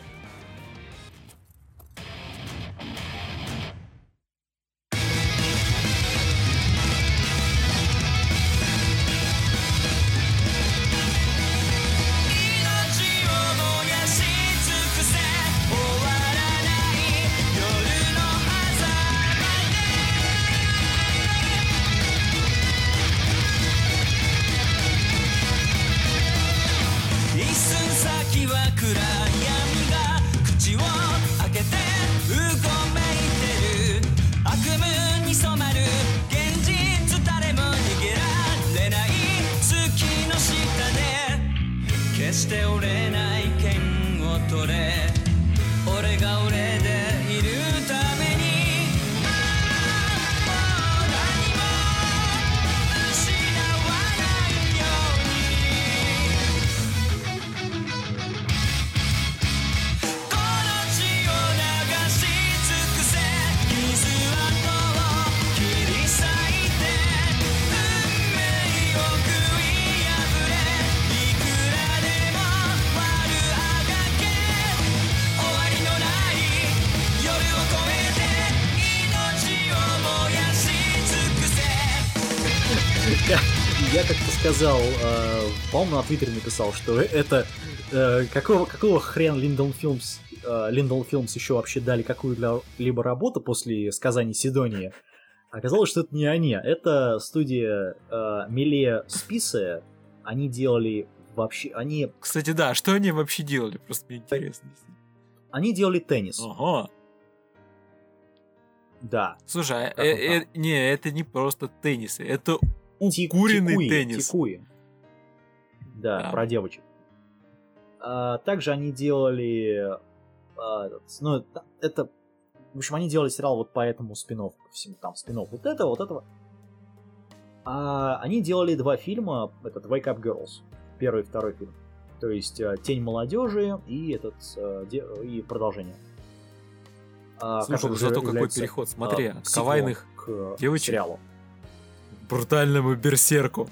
Я как-то сказал, э, по-моему, на Твиттере написал, что это э, какого, какого хрена Линдон Филмс, э, Линдон Филмс еще вообще дали какую-либо работу после сказаний Сидонии. Оказалось, что это не они, это студия э, Меле Списе. Они делали вообще, они, Кстати, да, что они вообще делали? Просто мне интересно. они делали теннис. Ага. Да. Слушай, а, Как э- он э- не, это не просто теннис, это Ти- укуренный тикуи, теннис. тикуи. Да, Да. про девочек. А, также они делали... а, этот, ну, та- это... В общем, они делали сериал вот по этому спин-оффу, ко всему, там спин-офф вот этого, вот этого. А они делали два фильма, этот Wake Up Girls, первый и второй фильм. То есть э, Тень молодежи и этот э, де- и продолжение. А, Слушай, который ну зато уже какой является, переход, смотри, а, от сиквелом кавайных к э, девочек. сериалу. брутальному берсерку.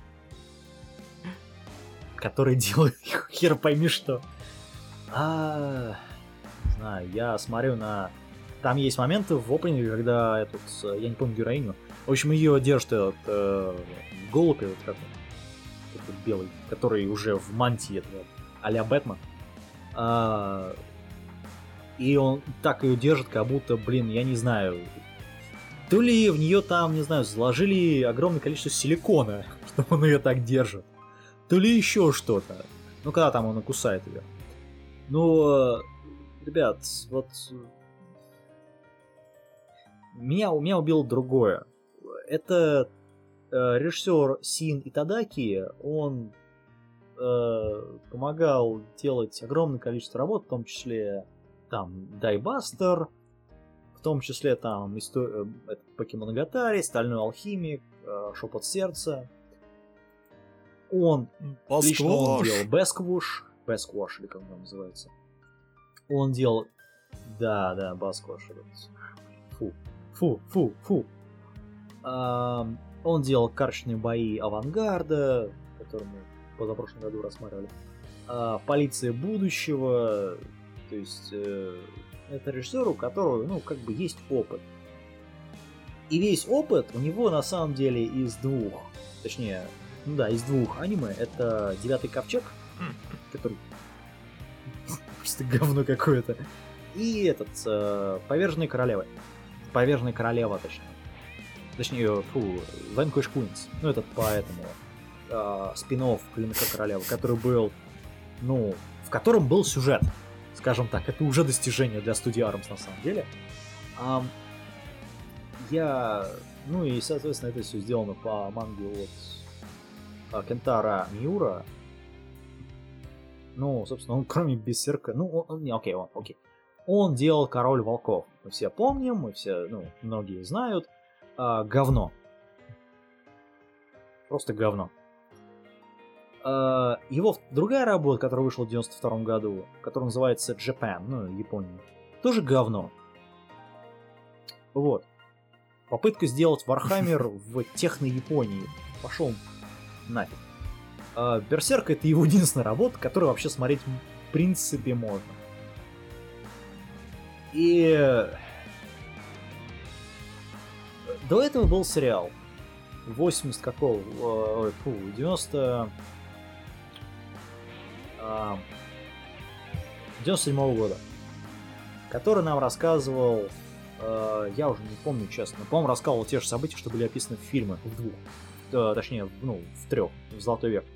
Который делает хер пойми что. А, не знаю, я смотрю на... Там есть моменты в опенинге, когда этот, я не помню героиню, в общем, ее держит этот э, голубь, этот, как он, этот белый, который уже в мантии этого, а-ля Бэтмен. А, и он так ее держит, как будто, блин, я не знаю, то ли в нее там, не знаю, заложили огромное количество силикона, что он ее так держит. то ли еще что-то. Ну, когда там он кусает ее. Ну, ребят, вот... Меня, меня убило другое. Это э, режиссер Син Итадаки, он э, помогал делать огромное количество работ, в том числе там Дайбастер, в том числе там истор... э, Покемоногатари, Стальной алхимик, э, Шепот сердца. Он лично он делал Басквош, Басквош или как он называется. Он делал, да, да, Басквош. Фу, фу, фу, фу. А, он делал карточные бои Авангарда, которые мы позапрошлом году рассматривали. А, Полиция будущего. То есть э, это режиссер, у которого, ну, как бы есть опыт. И весь опыт у него на самом деле из двух, точнее, ну да, из двух аниме. Это «Девятый ковчег», который просто говно какое-то, и этот э, «Поверженные королевы». «Поверженная королева», точнее. Точнее, фу, «Vanquish Queens». Ну, этот по этому э, спин-офф «Клинка королевы», который был, ну, в котором был сюжет. Скажем так, это уже достижение для студии Армс на самом деле. А, я... Ну и, соответственно, это все сделано по манге от а, Кентара Миура. Ну, собственно, он кроме Берсерка... Ну, он, он, не, окей, он, окей. Он делал «Король волков». Мы все помним, мы все, ну, многие знают. А, говно. Просто говно. Uh, его другая работа, которая вышла в девяносто втором году, которая называется Japan, ну, Япония, тоже говно. Вот. Попытка сделать Warhammer в техно-Японии. Пошел нафиг. Uh, Берсерк — это его единственная работа, которую вообще смотреть в принципе можно. И... До этого был сериал. восемьдесят какого? Ой, фу, девяносто... девяносто седьмого года, который нам рассказывал, э, я уже не помню честно, но, по-моему, рассказывал те же события, что были описаны в фильмах, в двух, э, точнее, ну, в трех, в «Золотой век».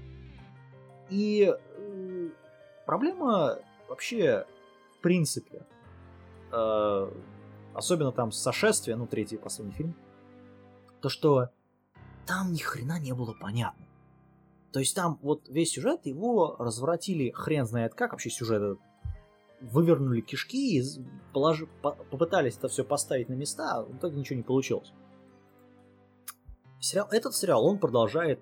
И э, проблема вообще, в принципе, э, особенно там «Сошествие», ну, третий и последний фильм, то, что там ни хрена не было понятно. То есть там вот весь сюжет, его разворотили хрен знает как, вообще сюжет этот, вывернули кишки и положи, по, попытались это все поставить на места, а в итоге ничего не получилось. Сериал, этот сериал, он продолжает,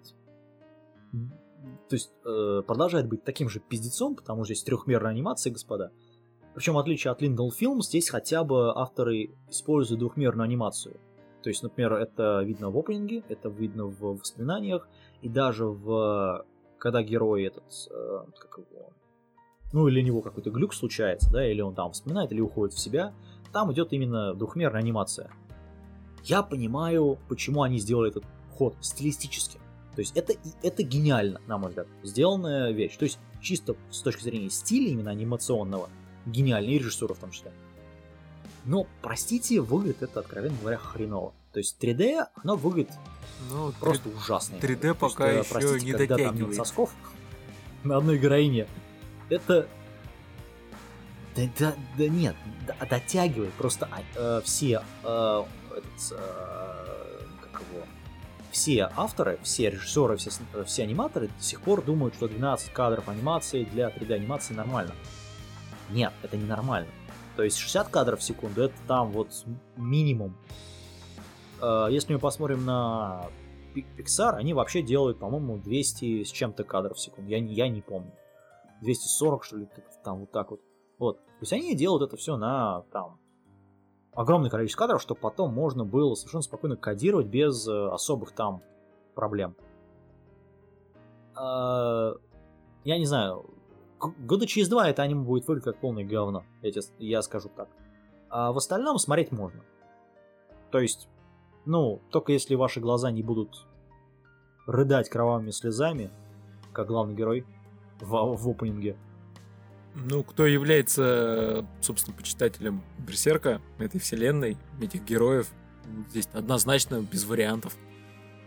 то есть э, продолжает быть таким же пиздецом, потому что здесь трехмерная анимация, господа. Причем в отличие от Lindell Film, здесь хотя бы авторы используют двухмерную анимацию. То есть, например, это видно в опенинге, это видно в воспоминаниях, и даже в... Когда герой этот... Э, как его... Ну, или у него какой-то глюк случается, да, или он там вспоминает, или уходит в себя, там идет именно двухмерная анимация. Я понимаю, почему они сделали этот ход стилистически. То есть, это, это гениально, на мой взгляд, сделанная вещь. То есть, чисто с точки зрения стиля именно анимационного, гениально, и режиссера в том числе. Но, простите, выглядит это, откровенно говоря, хреново. То есть три дэ, оно выглядит ну, просто ужасно. три дэ пока есть, еще простите, не когда дотягивает. Там нет сосков на одной героине. Это... Да, да, да нет, да, дотягивает. Просто э, все... Э, этот, э, как его... Все авторы, все режиссеры, все, все аниматоры до сих пор думают, что двенадцать кадров анимации для три дэ анимации нормально. Нет, это не нормально. То есть шестьдесят кадров в секунду, это там вот минимум. Если мы посмотрим на Pixar, они вообще делают, по-моему, двести с чем-то кадров в секунду. Я, я не помню. двести сорок, что ли, там вот так вот. Вот. То есть они делают это все на там огромное количество кадров, чтобы потом можно было совершенно спокойно кодировать без особых там проблем. Я не знаю... Года через два это аниме будет выглядеть как полное говно, я, тебе, я скажу так. А в остальном смотреть можно. То есть, ну, только если ваши глаза не будут рыдать кровавыми слезами, как главный герой в, в опенинге. Ну, кто является, собственно, почитателем Берсерка, этой вселенной, этих героев, здесь однозначно без вариантов.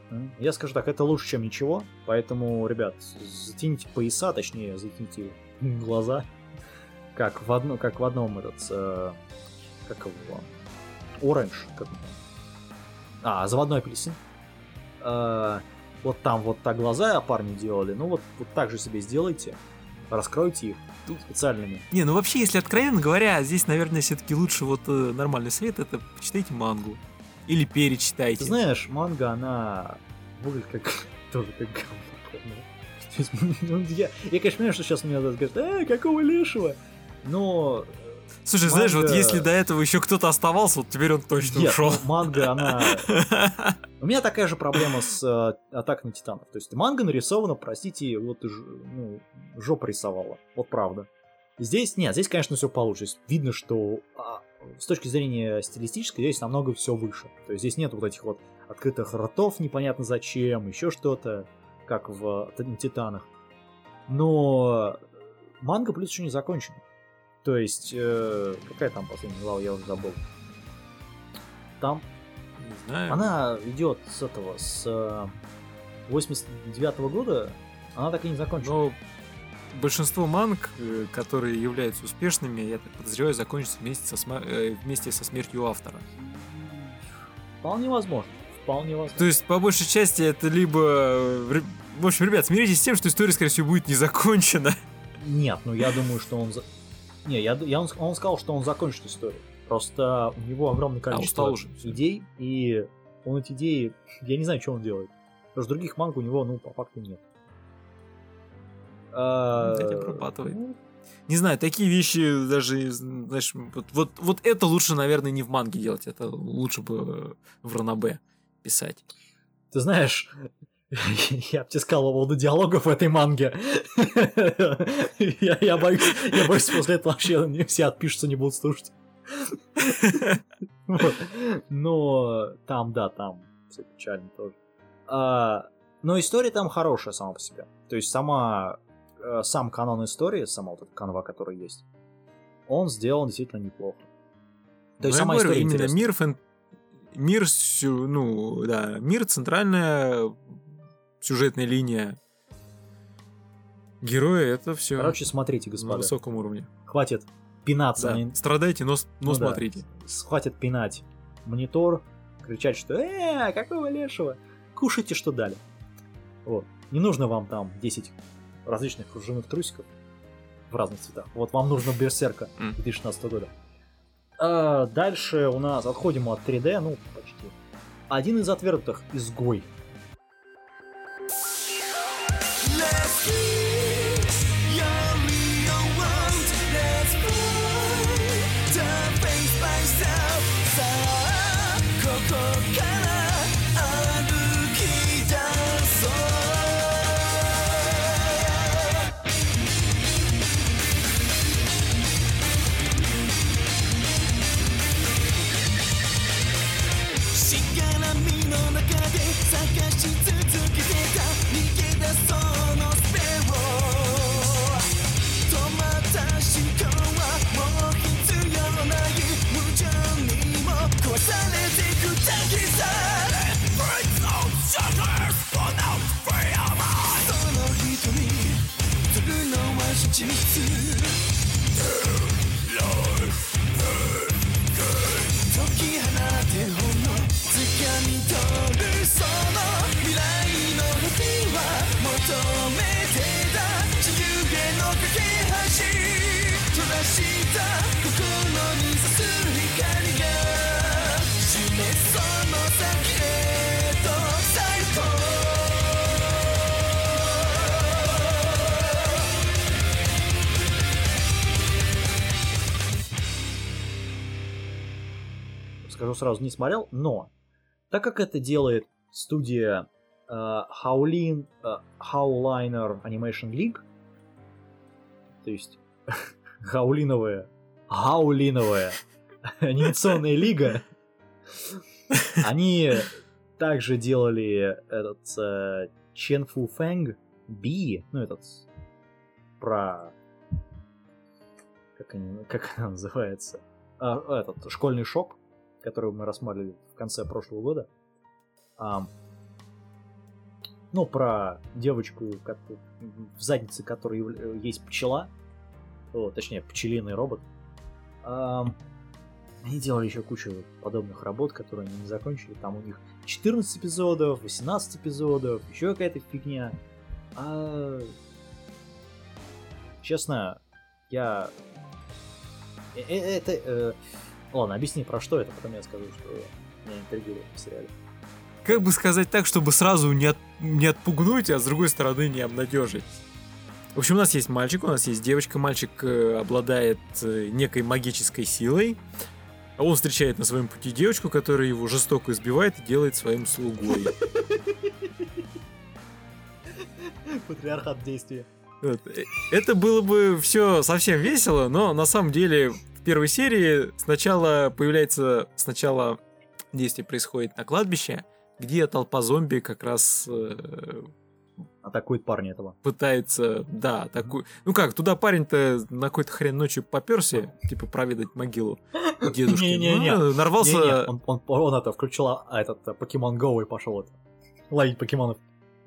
М, Я скажу так, это лучше, чем ничего, поэтому, ребят, затяните пояса, точнее, затяните глаза, как в, одно, как в одном этот, э, как его, Orange, как он там? А, заводной апельсин. Э, вот там вот так глаза парни делали, ну вот, вот так же себе сделайте, раскройте их специальными. Не, ну вообще, если откровенно говоря, здесь, наверное, все-таки лучше вот э, нормальный совет, это почитайте мангу. Или перечитайте. Ты знаешь, манга, она выглядит как тоже как говно полное. То есть, ну, я, я, конечно, понимаю, что сейчас мне надо сказать, э, какого лешего? Но... Слушай, манга... знаешь, вот если до этого еще кто-то оставался, вот теперь он точно Нет, ушел. ну, манга, она... У меня такая же проблема с э, Атак на Титанов. То есть манга нарисована, простите, вот ж- ну, жопа рисовала. Вот правда. Здесь, нет, здесь, конечно, все получше. Здесь видно, что а, с точки зрения стилистической здесь намного все выше. То есть здесь нет вот этих вот открытых ртов, непонятно зачем, еще что-то, как в Т- Титанах. Но манга плюс еще не закончена. То есть, э, какая там последняя глава, я уже забыл. Там Не знаю. она идет с этого, с э, восемьдесят девятого года, она так и не закончена. Но большинство манг, э, которые являются успешными, я так подозреваю, закончатся вместе со, сма- э, вместе со смертью автора. Вполне возможно. Вполне возможно. То есть, по большей части, это либо... э, ре- В общем, ребят, смиритесь с тем, что история, скорее всего, будет не закончена. Нет, ну я думаю, что он... за- Не, я, д- я, он, он сказал, что он закончит историю. Просто у него огромное количество устал уже. идей, и он эти идеи... Я не знаю, что он делает. Потому что других манг у него, ну, по факту нет. А, Дядя прорабатывает. ну, Не знаю, такие вещи даже, знаешь, вот, вот, вот это лучше, наверное, не в манге делать, это лучше бы в ранобэ писать. Ты знаешь, я бы тебе сказал по поводу диалогов в этой манге. я, я, боюсь, я боюсь, после этого вообще не все отпишутся, не будут слушать. Вот. Но там, да, там все печально тоже. А, но история там хорошая сама по себе. То есть сама, э, сам канон истории, сама вот эта канва, которая есть, он сделан действительно неплохо. То есть Но я сама говорю, история именно интересная. мир, фэн... мир, сю- ну, да, мир, центральная сюжетная линия. Герои, это все Короче, смотрите, на господа. высоком уровне. Хватит пинаться. Да. на ин- Страдайте, но, с- но Ну да. смотрите. С- Хватит пинать монитор, кричать, что «Э, какого лешего?» Кушайте, что дали. Вот. Не нужно вам там десять различных кружевных трусиков в разных цветах. Вот вам нужно Берсерка М. две тысячи шестнадцатого года. А, дальше у нас отходим от три дэ, ну, почти. Один из отвергнутых — «Изгой». Let's be your real world. Let's fly the face by self. さあここから歩き出そうしがらみの中で探し続けてた逃げ出そうのスペを止まった瞬間はもう必要ない無情にも壊されてくだけさその瞳するのは真実解き放てほんの掴み取るその未来の旅は求めてた自由への架け橋照らした心に差す光が示すその先へと最高 Скажу сразу, не смотрел, но так как это делает студия э, Howlin, э, Howliner Animation League, то есть Хаулиновая, Хаулиновая анимационная лига, они также делали этот э, Chen Fu Feng Би, ну этот про как, они, как она называется, а, этот школьный шок, который мы рассматривали в конце прошлого года. А, Ну, про девочку, как- в заднице которой яв- есть пчела. Вот, точнее, пчелиный робот. Ам, Они делали еще кучу подобных работ, которые они не закончили. Там у них четырнадцать эпизодов, восемнадцать эпизодов, еще какая-то фигня. А... Честно, я... э- э- Это... э, Ладно, объясни, про что это, потом я скажу, что меня интригует в сериале. Как бы сказать так, чтобы сразу не, от- не отпугнуть, а с другой стороны не обнадежить. В общем, у нас есть мальчик, у нас есть девочка. Мальчик э, обладает э, некой магической силой. Он встречает на своем пути девочку, которая его жестоко избивает и делает своим слугой. Патриархат действия. Вот. Э, Это было бы все совсем весело, но на самом деле в первой серии сначала появляется, сначала действие происходит на кладбище, где толпа зомби как раз э, Атакует парня этого. пытается, да, такой, ну как, туда парень-то на какой-то хрен ночью поперся, типа проведать могилу дедушки. Не-не-не. Ну, нарвался. Не-не, он, он, он это включил а, этот а, Pokemon Go и пошел это, ловить покемонов.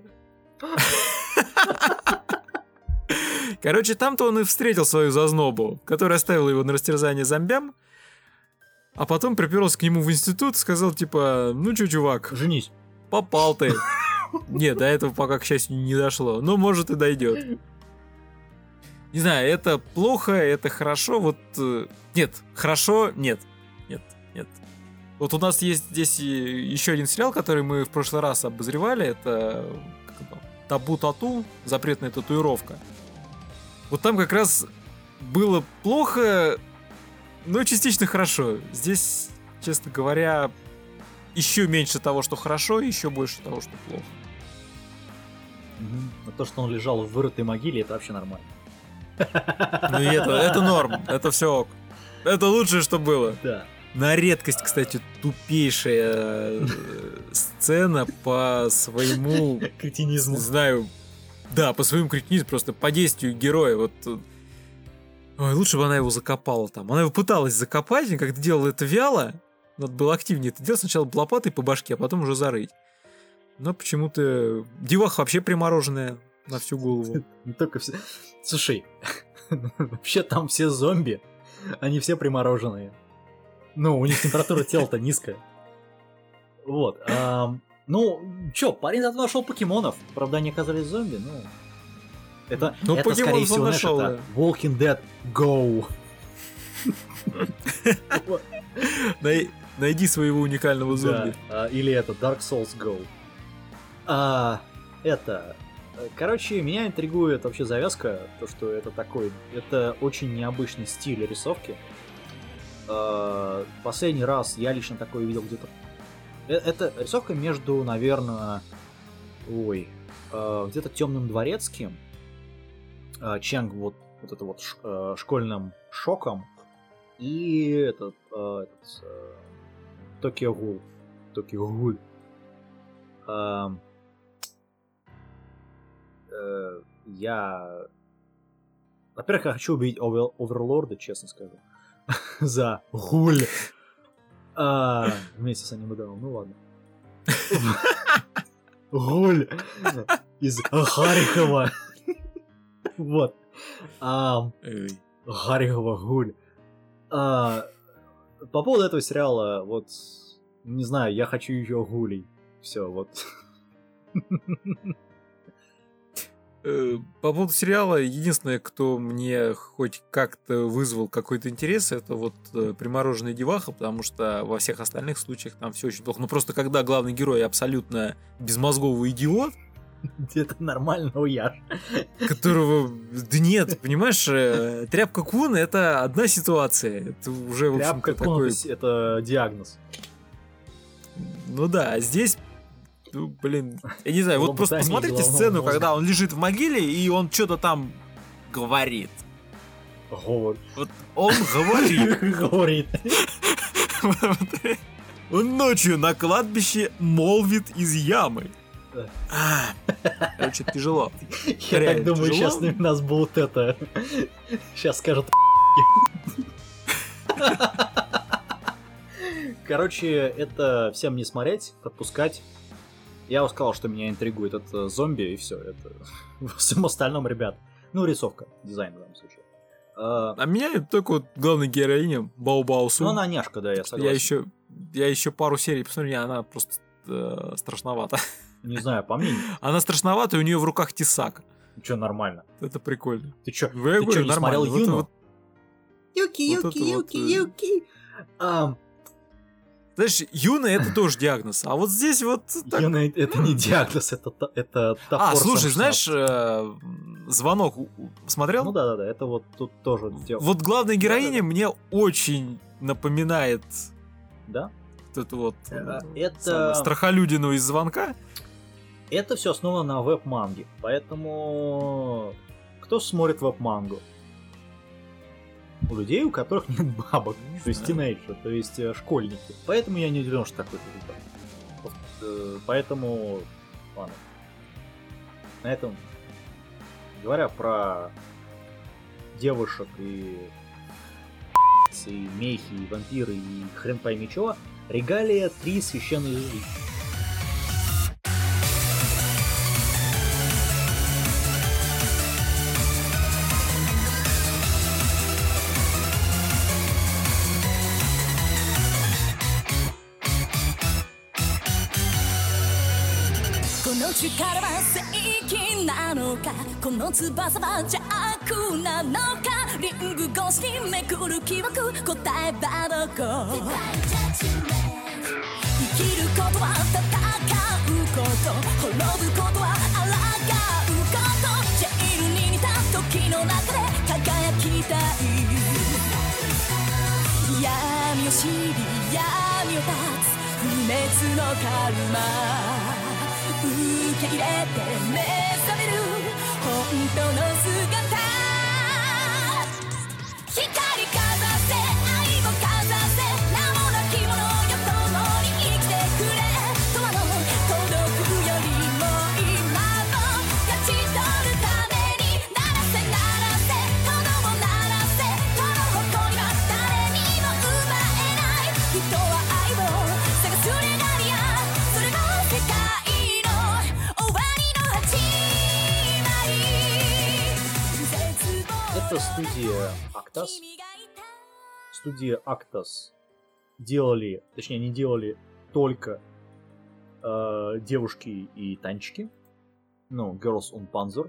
Короче, там-то он и встретил свою зазнобу, которая оставила его на растерзание зомбям, а потом приперлся к нему в институт и сказал, типа, ну чё, чувак, Женись. попал ты. Нет, до этого пока, к счастью, не дошло, но может и дойдет. Не знаю, это плохо, это хорошо, вот... э, Нет, хорошо, нет, нет, нет. Вот у нас есть здесь и еще один сериал, который мы в прошлый раз обозревали, это как это, Табу Тату, запретная татуировка. Вот там как раз было плохо, но частично хорошо. Здесь, честно говоря, еще меньше того, что хорошо, и еще больше того, что плохо. Мгм. Но то, что он лежал в вырытой могиле, это вообще нормально. Ну и это, это норм, это все ок. Это лучшее, что было. Да. На редкость, кстати, тупейшая э, сцена по своему, не Кретинизм. знаю, да, по своему кретинизму, просто по действию героя. Вот, э, ой, лучше бы она его закопала там. Она его пыталась закопать, и когда делала это вяло, надо было активнее это делать. Сначала лопатой по башке, а потом уже зарыть. Но почему-то деваха вообще примороженная на всю голову. Не только все... Слушай, вообще там все зомби, они все примороженные. Ну, у них температура тела-то низкая. Вот. ам, ну, чё, парень зато нашел покемонов. Правда, они оказались зомби, ну... Это, Ну, это покемонов скорее он всего, знаешь, нашел, это Walking Dead Go. Най- Найди своего уникального зомби. Да, а, или это Dark Souls Go. А, это... э, Короче, меня интригует вообще завязка, то, что это такой... Это очень необычный стиль рисовки. А, Последний раз я лично такое видел где-то... Э, Это рисовка между, наверное... Ой... а, Где-то Темным Дворецким, а, Ченг вот, вот это вот ш- э, школьным шоком, и этот... а, этот, э, Токио Гул. Токио Гуль. А, э, Я... Во-первых, я хочу убить Овер- Оверлорда, честно скажу. За Гуль. А, Вместе с анимедовым, ну ладно. Гуль. Из Харькова. Вот. А, Эй. Харькова Гуль. А, По поводу этого сериала, вот, не знаю, я хочу еще гулей. Все, вот. Э, По поводу сериала, единственное, кто мне хоть как-то вызвал какой-то интерес, это вот э, примороженная деваха, потому что во всех остальных случаях там все очень плохо. Ну просто когда главный герой абсолютно безмозговый идиот, Это нормально, уяж. которого... Да нет, понимаешь, э, тряпка Кун — это одна ситуация. Это уже, в Тряпка общем-то, Кун, такой... это с- это диагноз. Ну да, а здесь... Ну, блин, я не знаю, вот просто Лоботомия посмотрите головного сцену, мозга. когда он лежит в могиле, и он что-то там говорит. Говорит. Вот он говорит. Говорит. Он ночью на кладбище молвит из ямы. Да. А, Короче, тяжело. Я так Реально думаю, тяжело. сейчас у нас будут это... Сейчас скажут... Короче, это всем не смотреть, подпускать. Я вот сказал, что меня интригует это зомби, и все. Это во всем остальном, ребят. Ну, рисовка, дизайн в данном случае. А, А меня только вот главная героиня Бао-Бао Сун. ну, она няшка, да, я согласен. Я еще, я еще пару серий посмотрю, она просто э, страшновата. Не знаю, по мне. Она страшновата, и у нее в руках тесак. Че, нормально? Это прикольно. Ты чё, Ну, я ты говорю, чё, не нормально. смотрел Вот- Юну? вот- Юки, вот Юки, это вот, Юки, э, Юки. А, Знаешь, Юна это тоже диагноз. А вот здесь вот так. Юна, это не диагноз, это, та- это топор А, слушай, сам знаешь, шестнадцать. э, звонок у- у- смотрел? Ну да-да-да, это вот тут тоже... дел- Вот главная героиня мне очень напоминает Да? вот эту вот э, Э, самую Это... страхолюдину из звонка. Это все основано на веб-манге, поэтому кто смотрит веб-мангу? У людей, у которых нет бабок, Не то есть знаю. тинейджеры, то есть э, школьники. Поэтому я не удивлен, что такой результат. Вот, э, Поэтому, ладно. На этом, говоря про девушек и и мехи, и вампиры, и хрен пойми чего, регалия три священные звезды. この力は正義なのかこの翼は邪悪なのかリング越しにめくる記憶答えはどこ生きることは戦うこと滅ぶことは抗うことジェイルに似た時の中で輝きたい闇を知り闇を断つ不滅のカルマ受け入れて目覚める本当の姿光かざせ愛をかざせ名もなき者よ共に生きてくれ永遠の孤独よりも今も勝ち取るために鳴らせ鳴らせ炎を鳴らせこの誇りは誰にも奪えない人は愛を探すレガリアそれが世界 Это студия Actas. Студия Actas делали, точнее не делали только э, девушки и танчики. Ну, Girls on Panzer.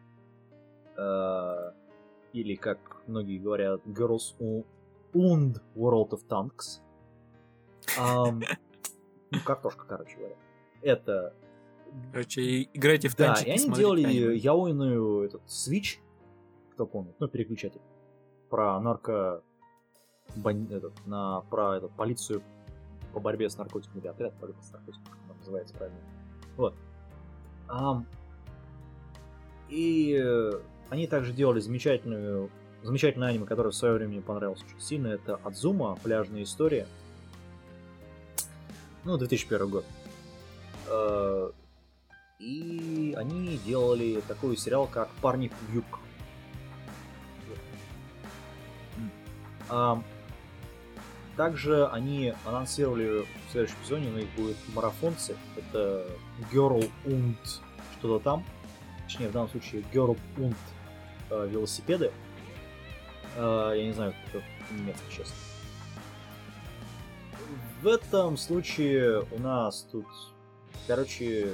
Э, или, как многие говорят, Girls on und World of Tanks. Ам, ну, картошка, короче говоря. Это... Короче, играйте в Да, танчики. и они смотрите делали аниме. яойную этот Switch, кто помнит, ну, переключатель, про нарко... бан- этот, на... про этот, полицию по борьбе с наркотиками, или отряд по борьбе с наркотиками, как он называется правильно. Вот. Ам, И э, они также делали замечательную, замечательное аниме, которое в свое время мне понравилось очень сильно, это Адзума, пляжная история. Ну, две тысячи первый год. Э, И они делали такой сериал, как «Парни в юбках». А, также они анонсировали в следующем сезоне, но их будет марафонцы. Это Girl und что-то там. Точнее, в данном случае Girl und э, велосипеды. Э, я не знаю, как это по-немецки, честно. В этом случае у нас тут, короче,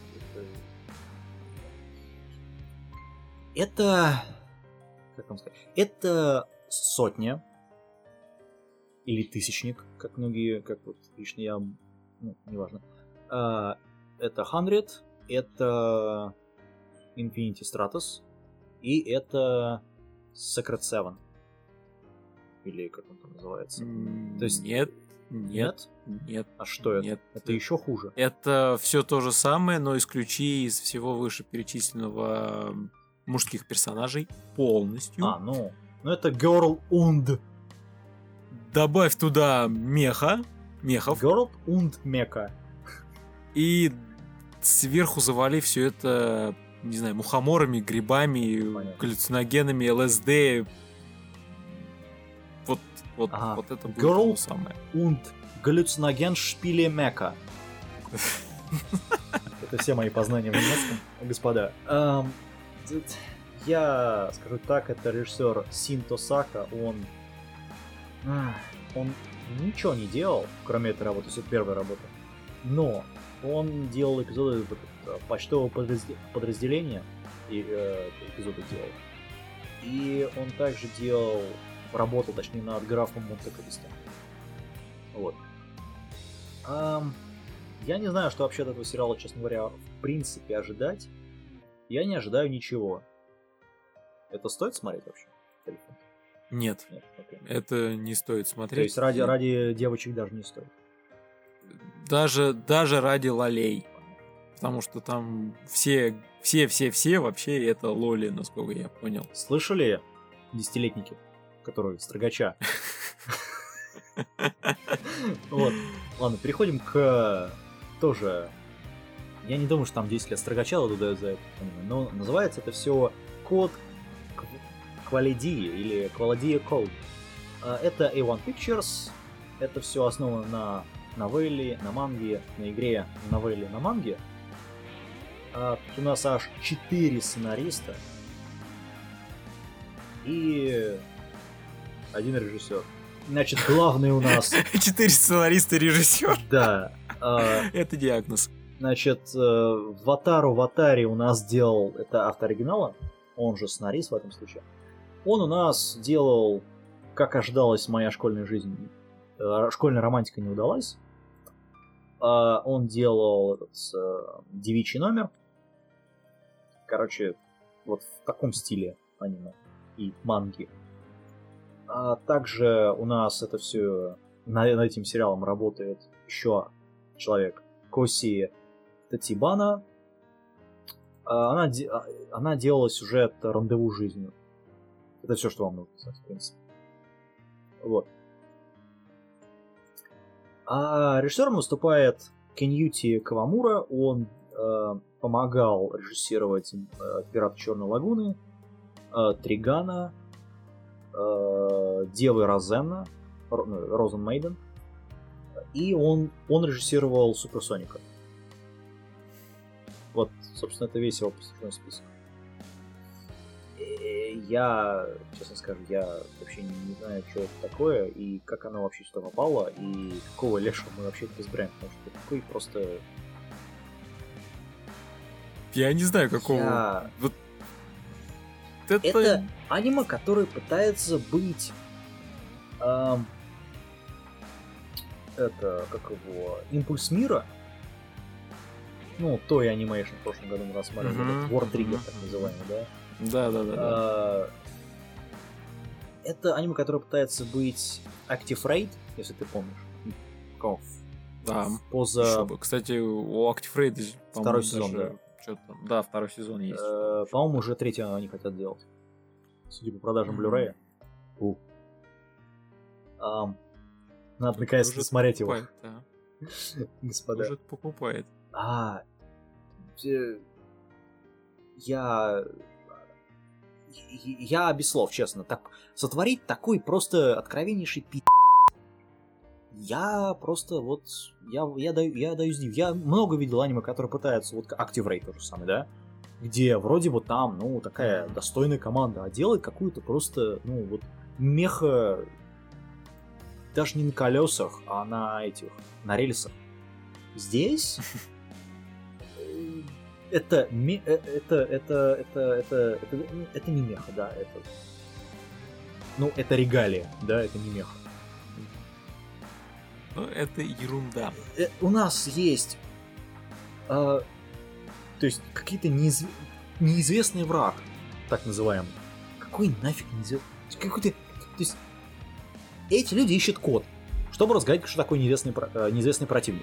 это, как вам сказать, это сотня или тысячник, как многие, как вот лично я, ну, неважно. А, это сто, это Infinity Stratos и это Secret Seven. Или как он там называется. М, То есть- Нет, нет, нет. А что это? Нет. Это еще хуже. Это все то же самое, но исключи из всего вышеперечисленного м, мужских персонажей полностью. А, ну, ну это Girl und. Добавь туда меха, мехов, Girl und Mecha. и сверху завали все это, не знаю, мухоморами, грибами, Понятно. галлюциногенами, ЛСД. Вот, вот, Ага. вот это будет Girl то самое. Und Галлюциноген Шпиле Мека. Это все мои познания в немецком, господа. Эм, я скажу так, это режиссер Син Тосака, он... Он ничего не делал, кроме этой работы, все первой работы. Но он делал эпизоды почтового подразделения, и э, эпизоды делал. И он также делал, работал, точнее, над графом Монте-Кристо. Вот. Um, я не знаю, что вообще от этого сериала, честно говоря, в принципе ожидать. Я не ожидаю ничего. Это стоит смотреть вообще? Нет, Нет, окей. это не стоит смотреть. То есть ради, ради девочек даже не стоит? Даже, даже ради лолей. Потому что там все, все, все, все вообще это лоли, насколько я понял. Слышали, десятилетники, которые строгача? Вот. Ладно, переходим к тоже... Я не думаю, что там десять лет строгача дают за это, но называется это все Код Квалидии или Квалидия Code. Это эй один Pictures. Это все основано на новелле, на манге, на игре, на новелле, на манге. А тут у нас аж четыре сценариста и один режиссер. Значит, главный у нас... Четыре сценариста и режиссер. Да. Это диагноз. Значит, Ватару Ватари у нас делал... Это автор оригинала, он же сценарист в этом случае. Он у нас делал, как ожидалось, моя школьная жизнь. Школьная романтика не удалась. Он делал этот девичий номер. Короче, вот в таком стиле аниме и манги. А также у нас это все над этим сериалом работает еще человек Коси Татибана. Она, она делала сюжет «Рандеву с жизнью». Это все, что вам нужно знать, в принципе. Вот. А режиссером выступает Кеньюти Кавамура. Он э, помогал режиссировать э, «Пираты Черной лагуны», э, «Тригана», Девы Розенна, Розен Мейден, и он, он режиссировал Суперсоника. Вот, собственно, это весь его послужной список. И я, честно скажу, я вообще не, не знаю, что это такое, и как оно вообще сюда попало, и какого лешего мы вообще это избираем, потому что это такой просто... Я не знаю, какого... Я... Вот... Это... это аниме, которое пытается быть... Эм, это, как его... Импульс мира. Ну, той анимейшн в прошлом году мы рассматривали. Uh-huh, War Trigger, uh-huh. так называемый, да? Да, да, да. А, это аниме, которое пытается быть Active Raid, если ты помнишь. Ков. Да. Поза... Кстати, у Active Raid второй сезон, даже... да. Что-то... Да, второй сезон есть. Э, по-моему, уже третий они хотят делать. Судя по продажам Blu-ray. У. А, надо наконец-то смотреть его. Да. Господа. Уже покупает. А, я... Я без слов, честно. Так, сотворить такой просто откровеннейший пи***. Я просто вот... Я, я, даю, я даю див. Я много видел аниме, которые пытаются... Вот Active Raid тот же самый, да? Где вроде бы там, ну, такая достойная команда, а делает какую-то просто, ну, вот, меха... Даже не на колесах, а на этих... На рельсах. Здесь... Это, это, это, это, это, это, это не меха, да, это... Ну, это регалия, да, это не меха. Ну, это ерунда. Э, у нас есть, э, то есть, какие-то неизв... неизвестный враг, так называемый. Какой нафиг неизвестный? Какой-то... То есть, эти люди ищут код, чтобы разгадать, что такое неизвестный, э, неизвестный противник.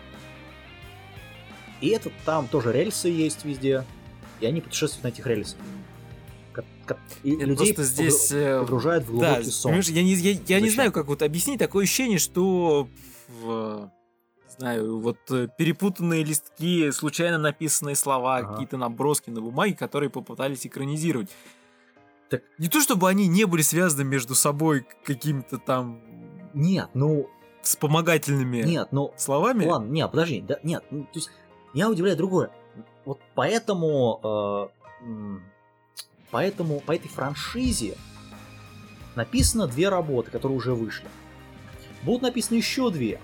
И это там тоже рельсы есть везде, и они путешествуют на этих рельсах. И людей просто здесь погружают в глубокий да, сон. Я, не, я, я не знаю, как вот объяснить такое ощущение, что в, не знаю, вот перепутанные листки, случайно написанные слова, ага. какие-то наброски на бумаге, которые попытались экранизировать. Так. Не то чтобы они не были связаны между собой какими-то там... Нет, ну... Вспомогательными нет, ну, словами. Ладно, нет, подожди, да, нет, ну, то есть Меня удивляет другое. Вот поэтому, э, поэтому по этой франшизе написано две работы, которые уже вышли. Будут написаны еще две.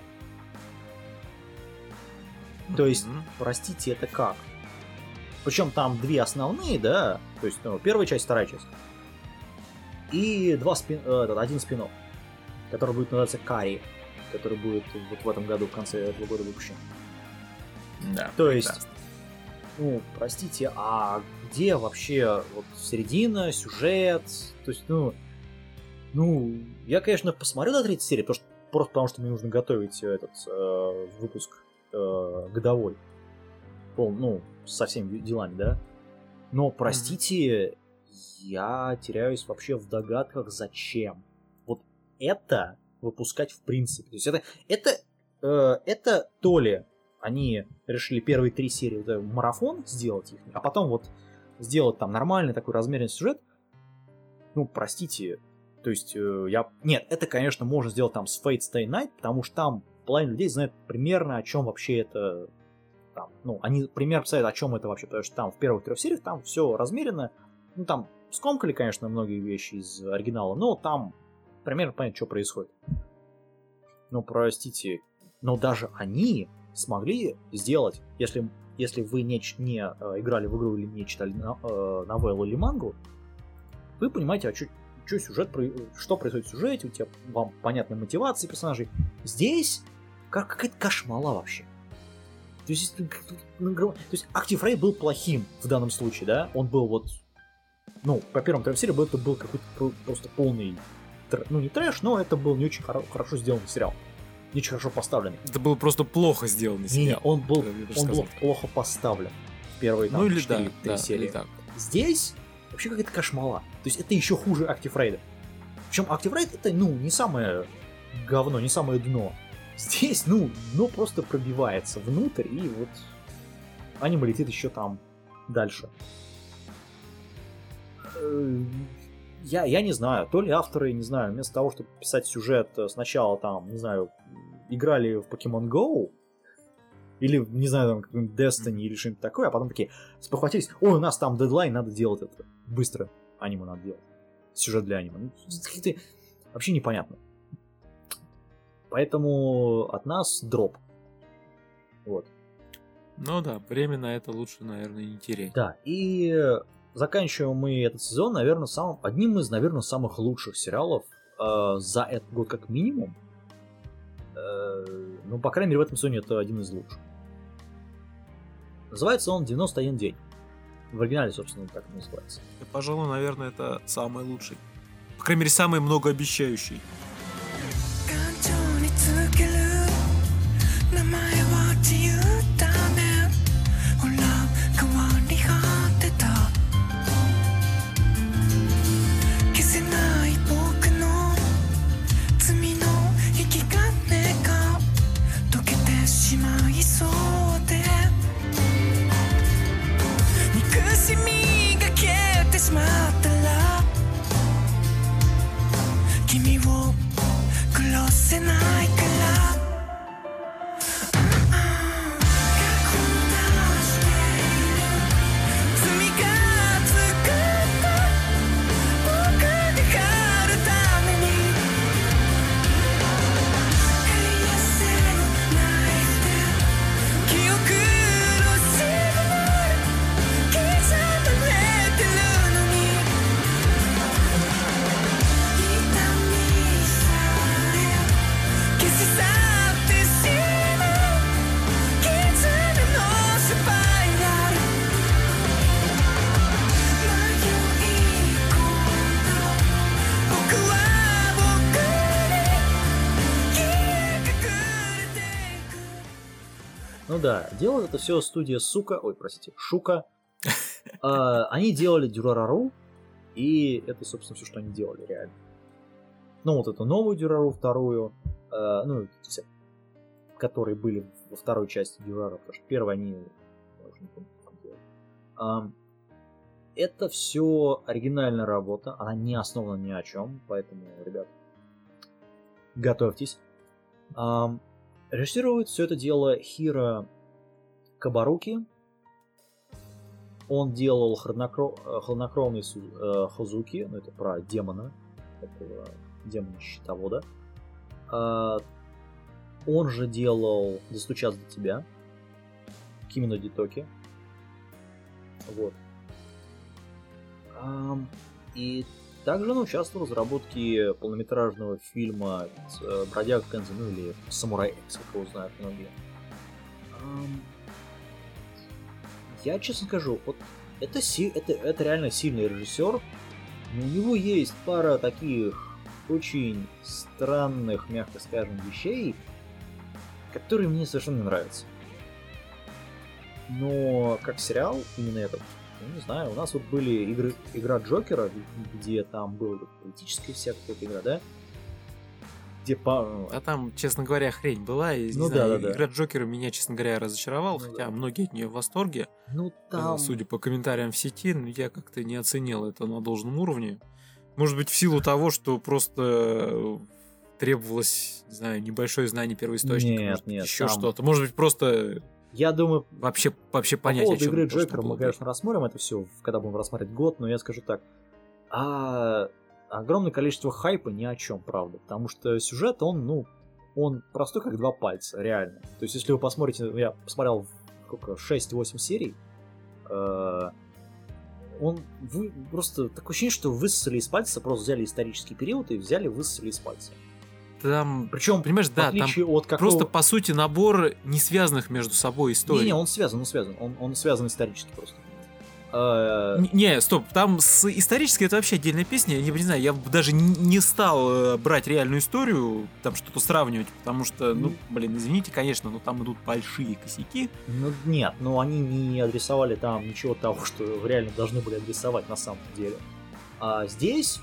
То есть, Мгм. простите, это как? Причем там две основные, да? То есть, ну, первая часть, вторая часть. И два спин, э, этот, один спин-офф, который будет называться Кари, который будет вот в этом году, в конце этого года выпущен. Да, То есть, прекрасно. ну, простите, а где вообще вот середина, сюжет? То есть, ну, ну, я, конечно, посмотрю до третьей серии, потому что, просто потому что мне нужно готовить этот э, выпуск э, годовой. Пол, ну, со всеми делами, да? Но, простите, я теряюсь вообще в догадках, зачем. Вот это выпускать в принципе. То есть это, это, э, это то ли они решили первые три серии вот, этот марафон сделать их, а потом вот сделать там нормальный такой размеренный сюжет. Ну, простите, то есть э, я... Нет, это, конечно, можно сделать там с Fate Stay Night, потому что там половина людей знает примерно, о чем вообще это... Там, ну, они примерно представляют, о чем это вообще, потому что там в первых трех сериях там все размеренно. Ну, там скомкали, конечно, многие вещи из оригинала, но там примерно понятно, что происходит. Ну, простите, но даже они смогли сделать, если, если вы не, не э, играли в игру или не читали на, э, новеллу или мангу, вы понимаете, а что сюжет, что происходит в сюжете, у тебя вам понятна мотивация персонажей. Здесь как, какая-то кошмала вообще. То есть, то есть Active Raid был плохим в данном случае, да? Он был вот, ну, по первым трем сериям это был какой-то просто полный, ну, не трэш, но это был не очень хоро- хорошо сделанный сериал. Не очень хорошо поставленный. Это был просто плохо сделанный Не, не, сериал. он был, Я бы даже он был сказал так. плохо поставлен в первые там, Ну или четыре, да, три да, серии. или так. Здесь вообще какая-то кошмала. То есть это еще хуже Active Raid. Причем Active Raid это, ну, не самое говно, не самое дно. Здесь, ну, ну просто пробивается внутрь, и вот аниме летит еще там дальше. Я, я не знаю, то ли авторы, не знаю, вместо того, чтобы писать сюжет сначала там, не знаю, играли в Pokemon Go, или, не знаю, там, какой-нибудь Destiny или что-нибудь такое, а потом такие спохватились, ой, у нас там дедлайн, надо делать это. Быстро аниме надо делать. Сюжет для аниме. Ну, это вообще непонятно. Поэтому от нас дроп. Вот. Ну да, время на это лучше, наверное, не терять. Да, и заканчиваем мы этот сезон, наверное, самым, одним из, наверное, самых лучших сериалов э, за этот год как минимум. Э, ну, по крайней мере, в этом сезоне это один из лучших. Называется он девяносто один день. В оригинале, собственно, так и называется. И, пожалуй, наверное, это самый лучший. По крайней мере, самый многообещающий. 感情につける名前は自由だねほら変わり果てた消せない僕の罪の引き金が溶けてしまいそうで憎しみが消えてしまったら君を殺せないから過去なしている罪が作った僕が狩るために永遠せないで記憶のシグナル刻まれてるのに痛みさえ消し去ってしまう絆のスパイラル迷い込んだ僕は僕に消え隠れていく Ну да, делает это все студия Сука, ой, простите, Шука. А, Они делали Дюрарару, и это, собственно, все, что они делали, реально. Ну, вот эту новую Дюрару, вторую, а, ну, все, которые были во второй части Дюрару, потому что первые они, я уже не помню, что там делали. А, Это все оригинальная работа, она не основана ни о чем, поэтому, ребят, готовьтесь. А, Режиссирует все это дело Хиро Кабаруки. Он делал хладнокро... хладнокровный Су... э, Хозуки, ну это про демона, такого демона-щитовода. Э, он же делал «Достучаться до тебя», Кимино Дитоки. Вот. Э, и также он участвовал в разработке полнометражного фильма «Бродяга Кензи», ну или «Самурай Экс», как его знают многие. Э, Я честно скажу, вот это, си- это, это реально сильный режиссер, но у него есть пара таких очень странных, мягко скажем, вещей, которые мне совершенно не нравятся. Но как сериал, именно этот, ну, не знаю, у нас вот были игры, игра Джокера, где там была политическая вся какая-то игра, да? Где по... А там, честно говоря, хрень была. И, Ну не да, знаю, да, да. игра Джокера меня, честно говоря, разочаровала, Ну хотя да. многие от нее в восторге. Ну там... Судя по комментариям в сети, но я как-то не оценил это на должном уровне. Может быть, в силу того, что просто требовалось, не знаю, небольшое знание первоисточника, Нет, может быть, нет, еще там- что-то. Может быть, просто Я думаю, вообще, вообще по понять, о поводу чем игры это должно Джокера было мы, быть. конечно, рассмотрим это все, когда будем рассматривать год, но я скажу так. А огромное количество хайпа ни о чем, правда. Потому что сюжет, он, ну, он простой, как два пальца, реально. То есть, если вы посмотрите, я посмотрел сколько, шесть-восемь серий, э, он вы, просто такое ощущение, что высосали из пальца, просто взяли исторический период и взяли, высосали из пальца. Там, Причем, понимаешь, в да, там отличие от какого... просто, по сути, набор не связанных между собой историй. Не-не, он связан, он связан. Он, он связан исторически просто. Э, Н- Не, стоп, там с исторической это вообще отдельная песня. Я не знаю, я бы даже н- не стал э, брать реальную историю, там что-то сравнивать, потому что, ну, Ну. блин, извините, конечно, но там идут большие косяки. Ну нет, ну они не адресовали там ничего того, что реально должны были адресовать на самом деле. А здесь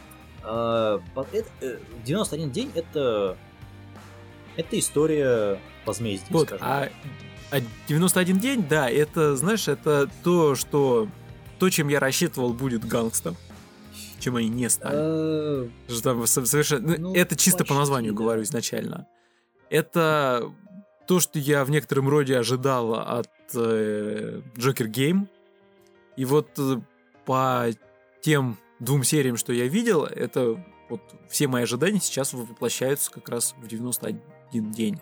э, по- это, э, девяносто один день это это история возмездия, Вот, скажем а, так. а девяносто один день, да, это, знаешь, это то, что то, чем я рассчитывал, будет гангстом, чем они не стали. Э, Что там со- совершенно... ну, ну, это чисто по почти, названию да. говорю изначально. Это то, что я в некотором роде ожидал от э, Joker Game. И вот э, по тем двум сериям, что я видел, это вот все мои ожидания сейчас воплощаются как раз в девяносто один день.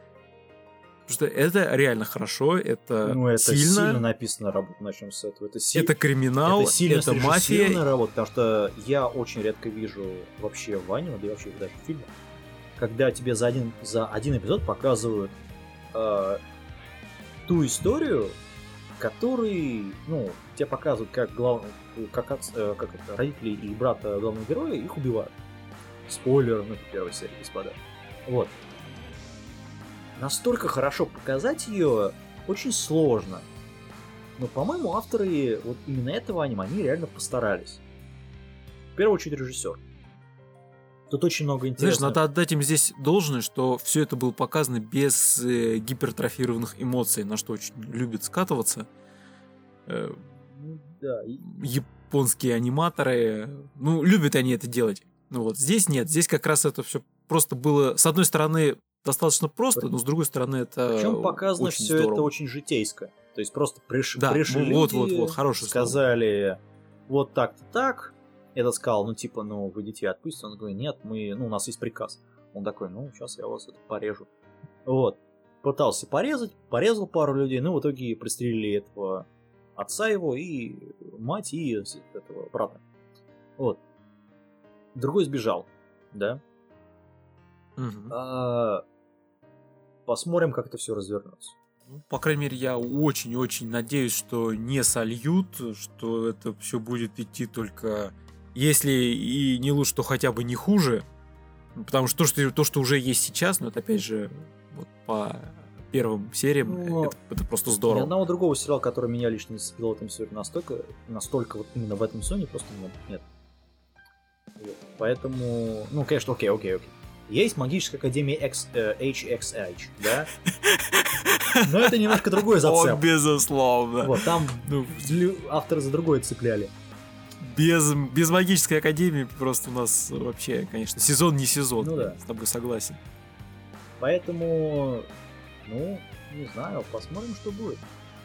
Потому что это реально хорошо, это, ну это сильно, сильно написано работа, начнем с этого. Это, си- это криминал, это сильно это мафия. срежиссированная работа, потому что я очень редко вижу вообще в аниме, да и вообще даже в фильмах, когда тебе за один, за один эпизод показывают э, ту историю, который, ну, тебе показывают, как, глав... как, отц- э, как это, родители и брата главного героя их убивают. Спойлер, ну, первой серии, господа. Вот. Настолько хорошо показать ее очень сложно. Но, по-моему, авторы вот именно этого аниме, они реально постарались. В первую очередь режиссер. Тут очень много Знаешь, интересного. надо отдать им здесь должное, что все это было показано без э, гипертрофированных эмоций, на что очень любят скатываться э, Ну, да, и- японские аниматоры. Ну, любят они это делать. Ну вот, здесь нет. Здесь как раз это все просто было, с одной стороны, достаточно просто, но с другой стороны, это Причем показано очень все это здорово. очень житейско. То есть просто приш... Да, пришли вот, люди, вот, вот, хорошее слово. сказали, вот так-то так. Этот сказал, ну типа, ну вы детей отпустите. Он говорит, нет, мы, ну у нас есть приказ. Он такой, ну сейчас я вас это порежу. Вот. Пытался порезать, порезал пару людей, ну в итоге пристрелили этого отца его и мать и этого брата. Вот. Другой сбежал, да. Мгм. А, посмотрим, как это все развернется. Ну, по крайней мере, я очень-очень надеюсь, что не сольют, что это все будет идти только, если и не лучше, то хотя бы не хуже. Потому что то, что, то, что уже есть сейчас, ну, это опять же вот по первым сериям, Ну, это, это просто Ни здорово. одного другого сериала, который меня лично не зацепил в этом сезоне настолько, настолько вот именно в этом сезоне, просто нет. нет. Вот. Поэтому, ну, конечно, окей, окей, окей. Есть магическая академия X, э, эйч икс эйч, да? Но это немножко другой О, зацеп. безусловно. Вот, там Ну, лю- авторы за другое цепляли. без, без магической академии просто у нас вообще, конечно, сезон не сезон. Ну да. Я с тобой согласен. Поэтому, ну, Не знаю, посмотрим, что будет.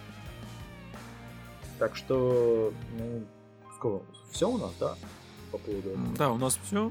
Так что, ну, сколько? Все у нас, да? По поводу этого? Да, у нас все.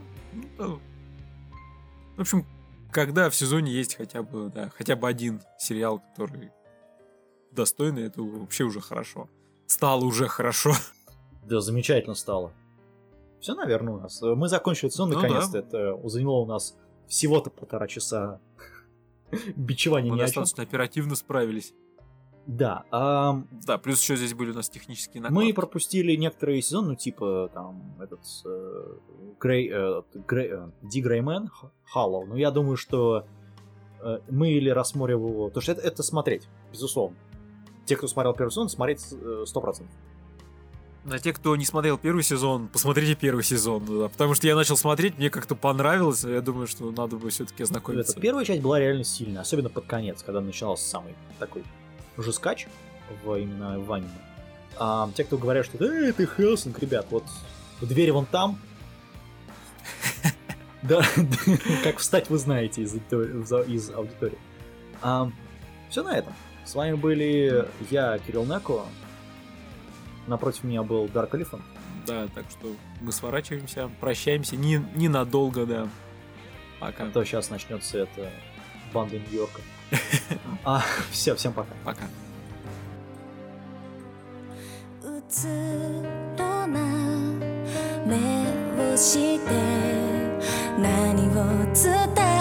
В общем, когда в сезоне есть хотя бы, да, хотя бы один сериал, который достойный, это вообще уже хорошо. Стало уже хорошо. Да, замечательно стало. Все, наверное, у нас. Мы закончили сезон, Ну наконец-то. да. Это заняло у нас всего-то полтора часа бичевания Мы ни о чем. достаточно оперативно справились. Да. ам, Да, плюс еще здесь были у нас технические накладки. Мы пропустили некоторые сезоны, ну, типа, там, этот, э, Грей, э, Грей, э, Ди Греймен, Халлоу. Но я думаю, что э, мы или рассмотрим его... Потому что это, это смотреть, безусловно. Те, кто смотрел первый сезон, смотреть э, сто процентов. На те, кто не смотрел первый сезон, посмотрите первый сезон. Да, потому что я начал смотреть, мне как-то понравилось. Я думаю, что надо бы все-таки ознакомиться. Это, первая часть была реально сильная, особенно под конец, когда начинался самый такой жескач в, именно в аниме. А те, кто говорят, что да, это Хелсинг, ребят, вот двери вон там. Да, как встать, вы знаете из аудитории. Все на этом. С вами были я, Кирилл Неко. Напротив меня был Дарк Элефант. Да, так что мы сворачиваемся, прощаемся не, ненадолго, да. Пока. А то сейчас начнется это банда Нью-Йорка. А, все, всем пока. Пока. うつろな目をして何を伝え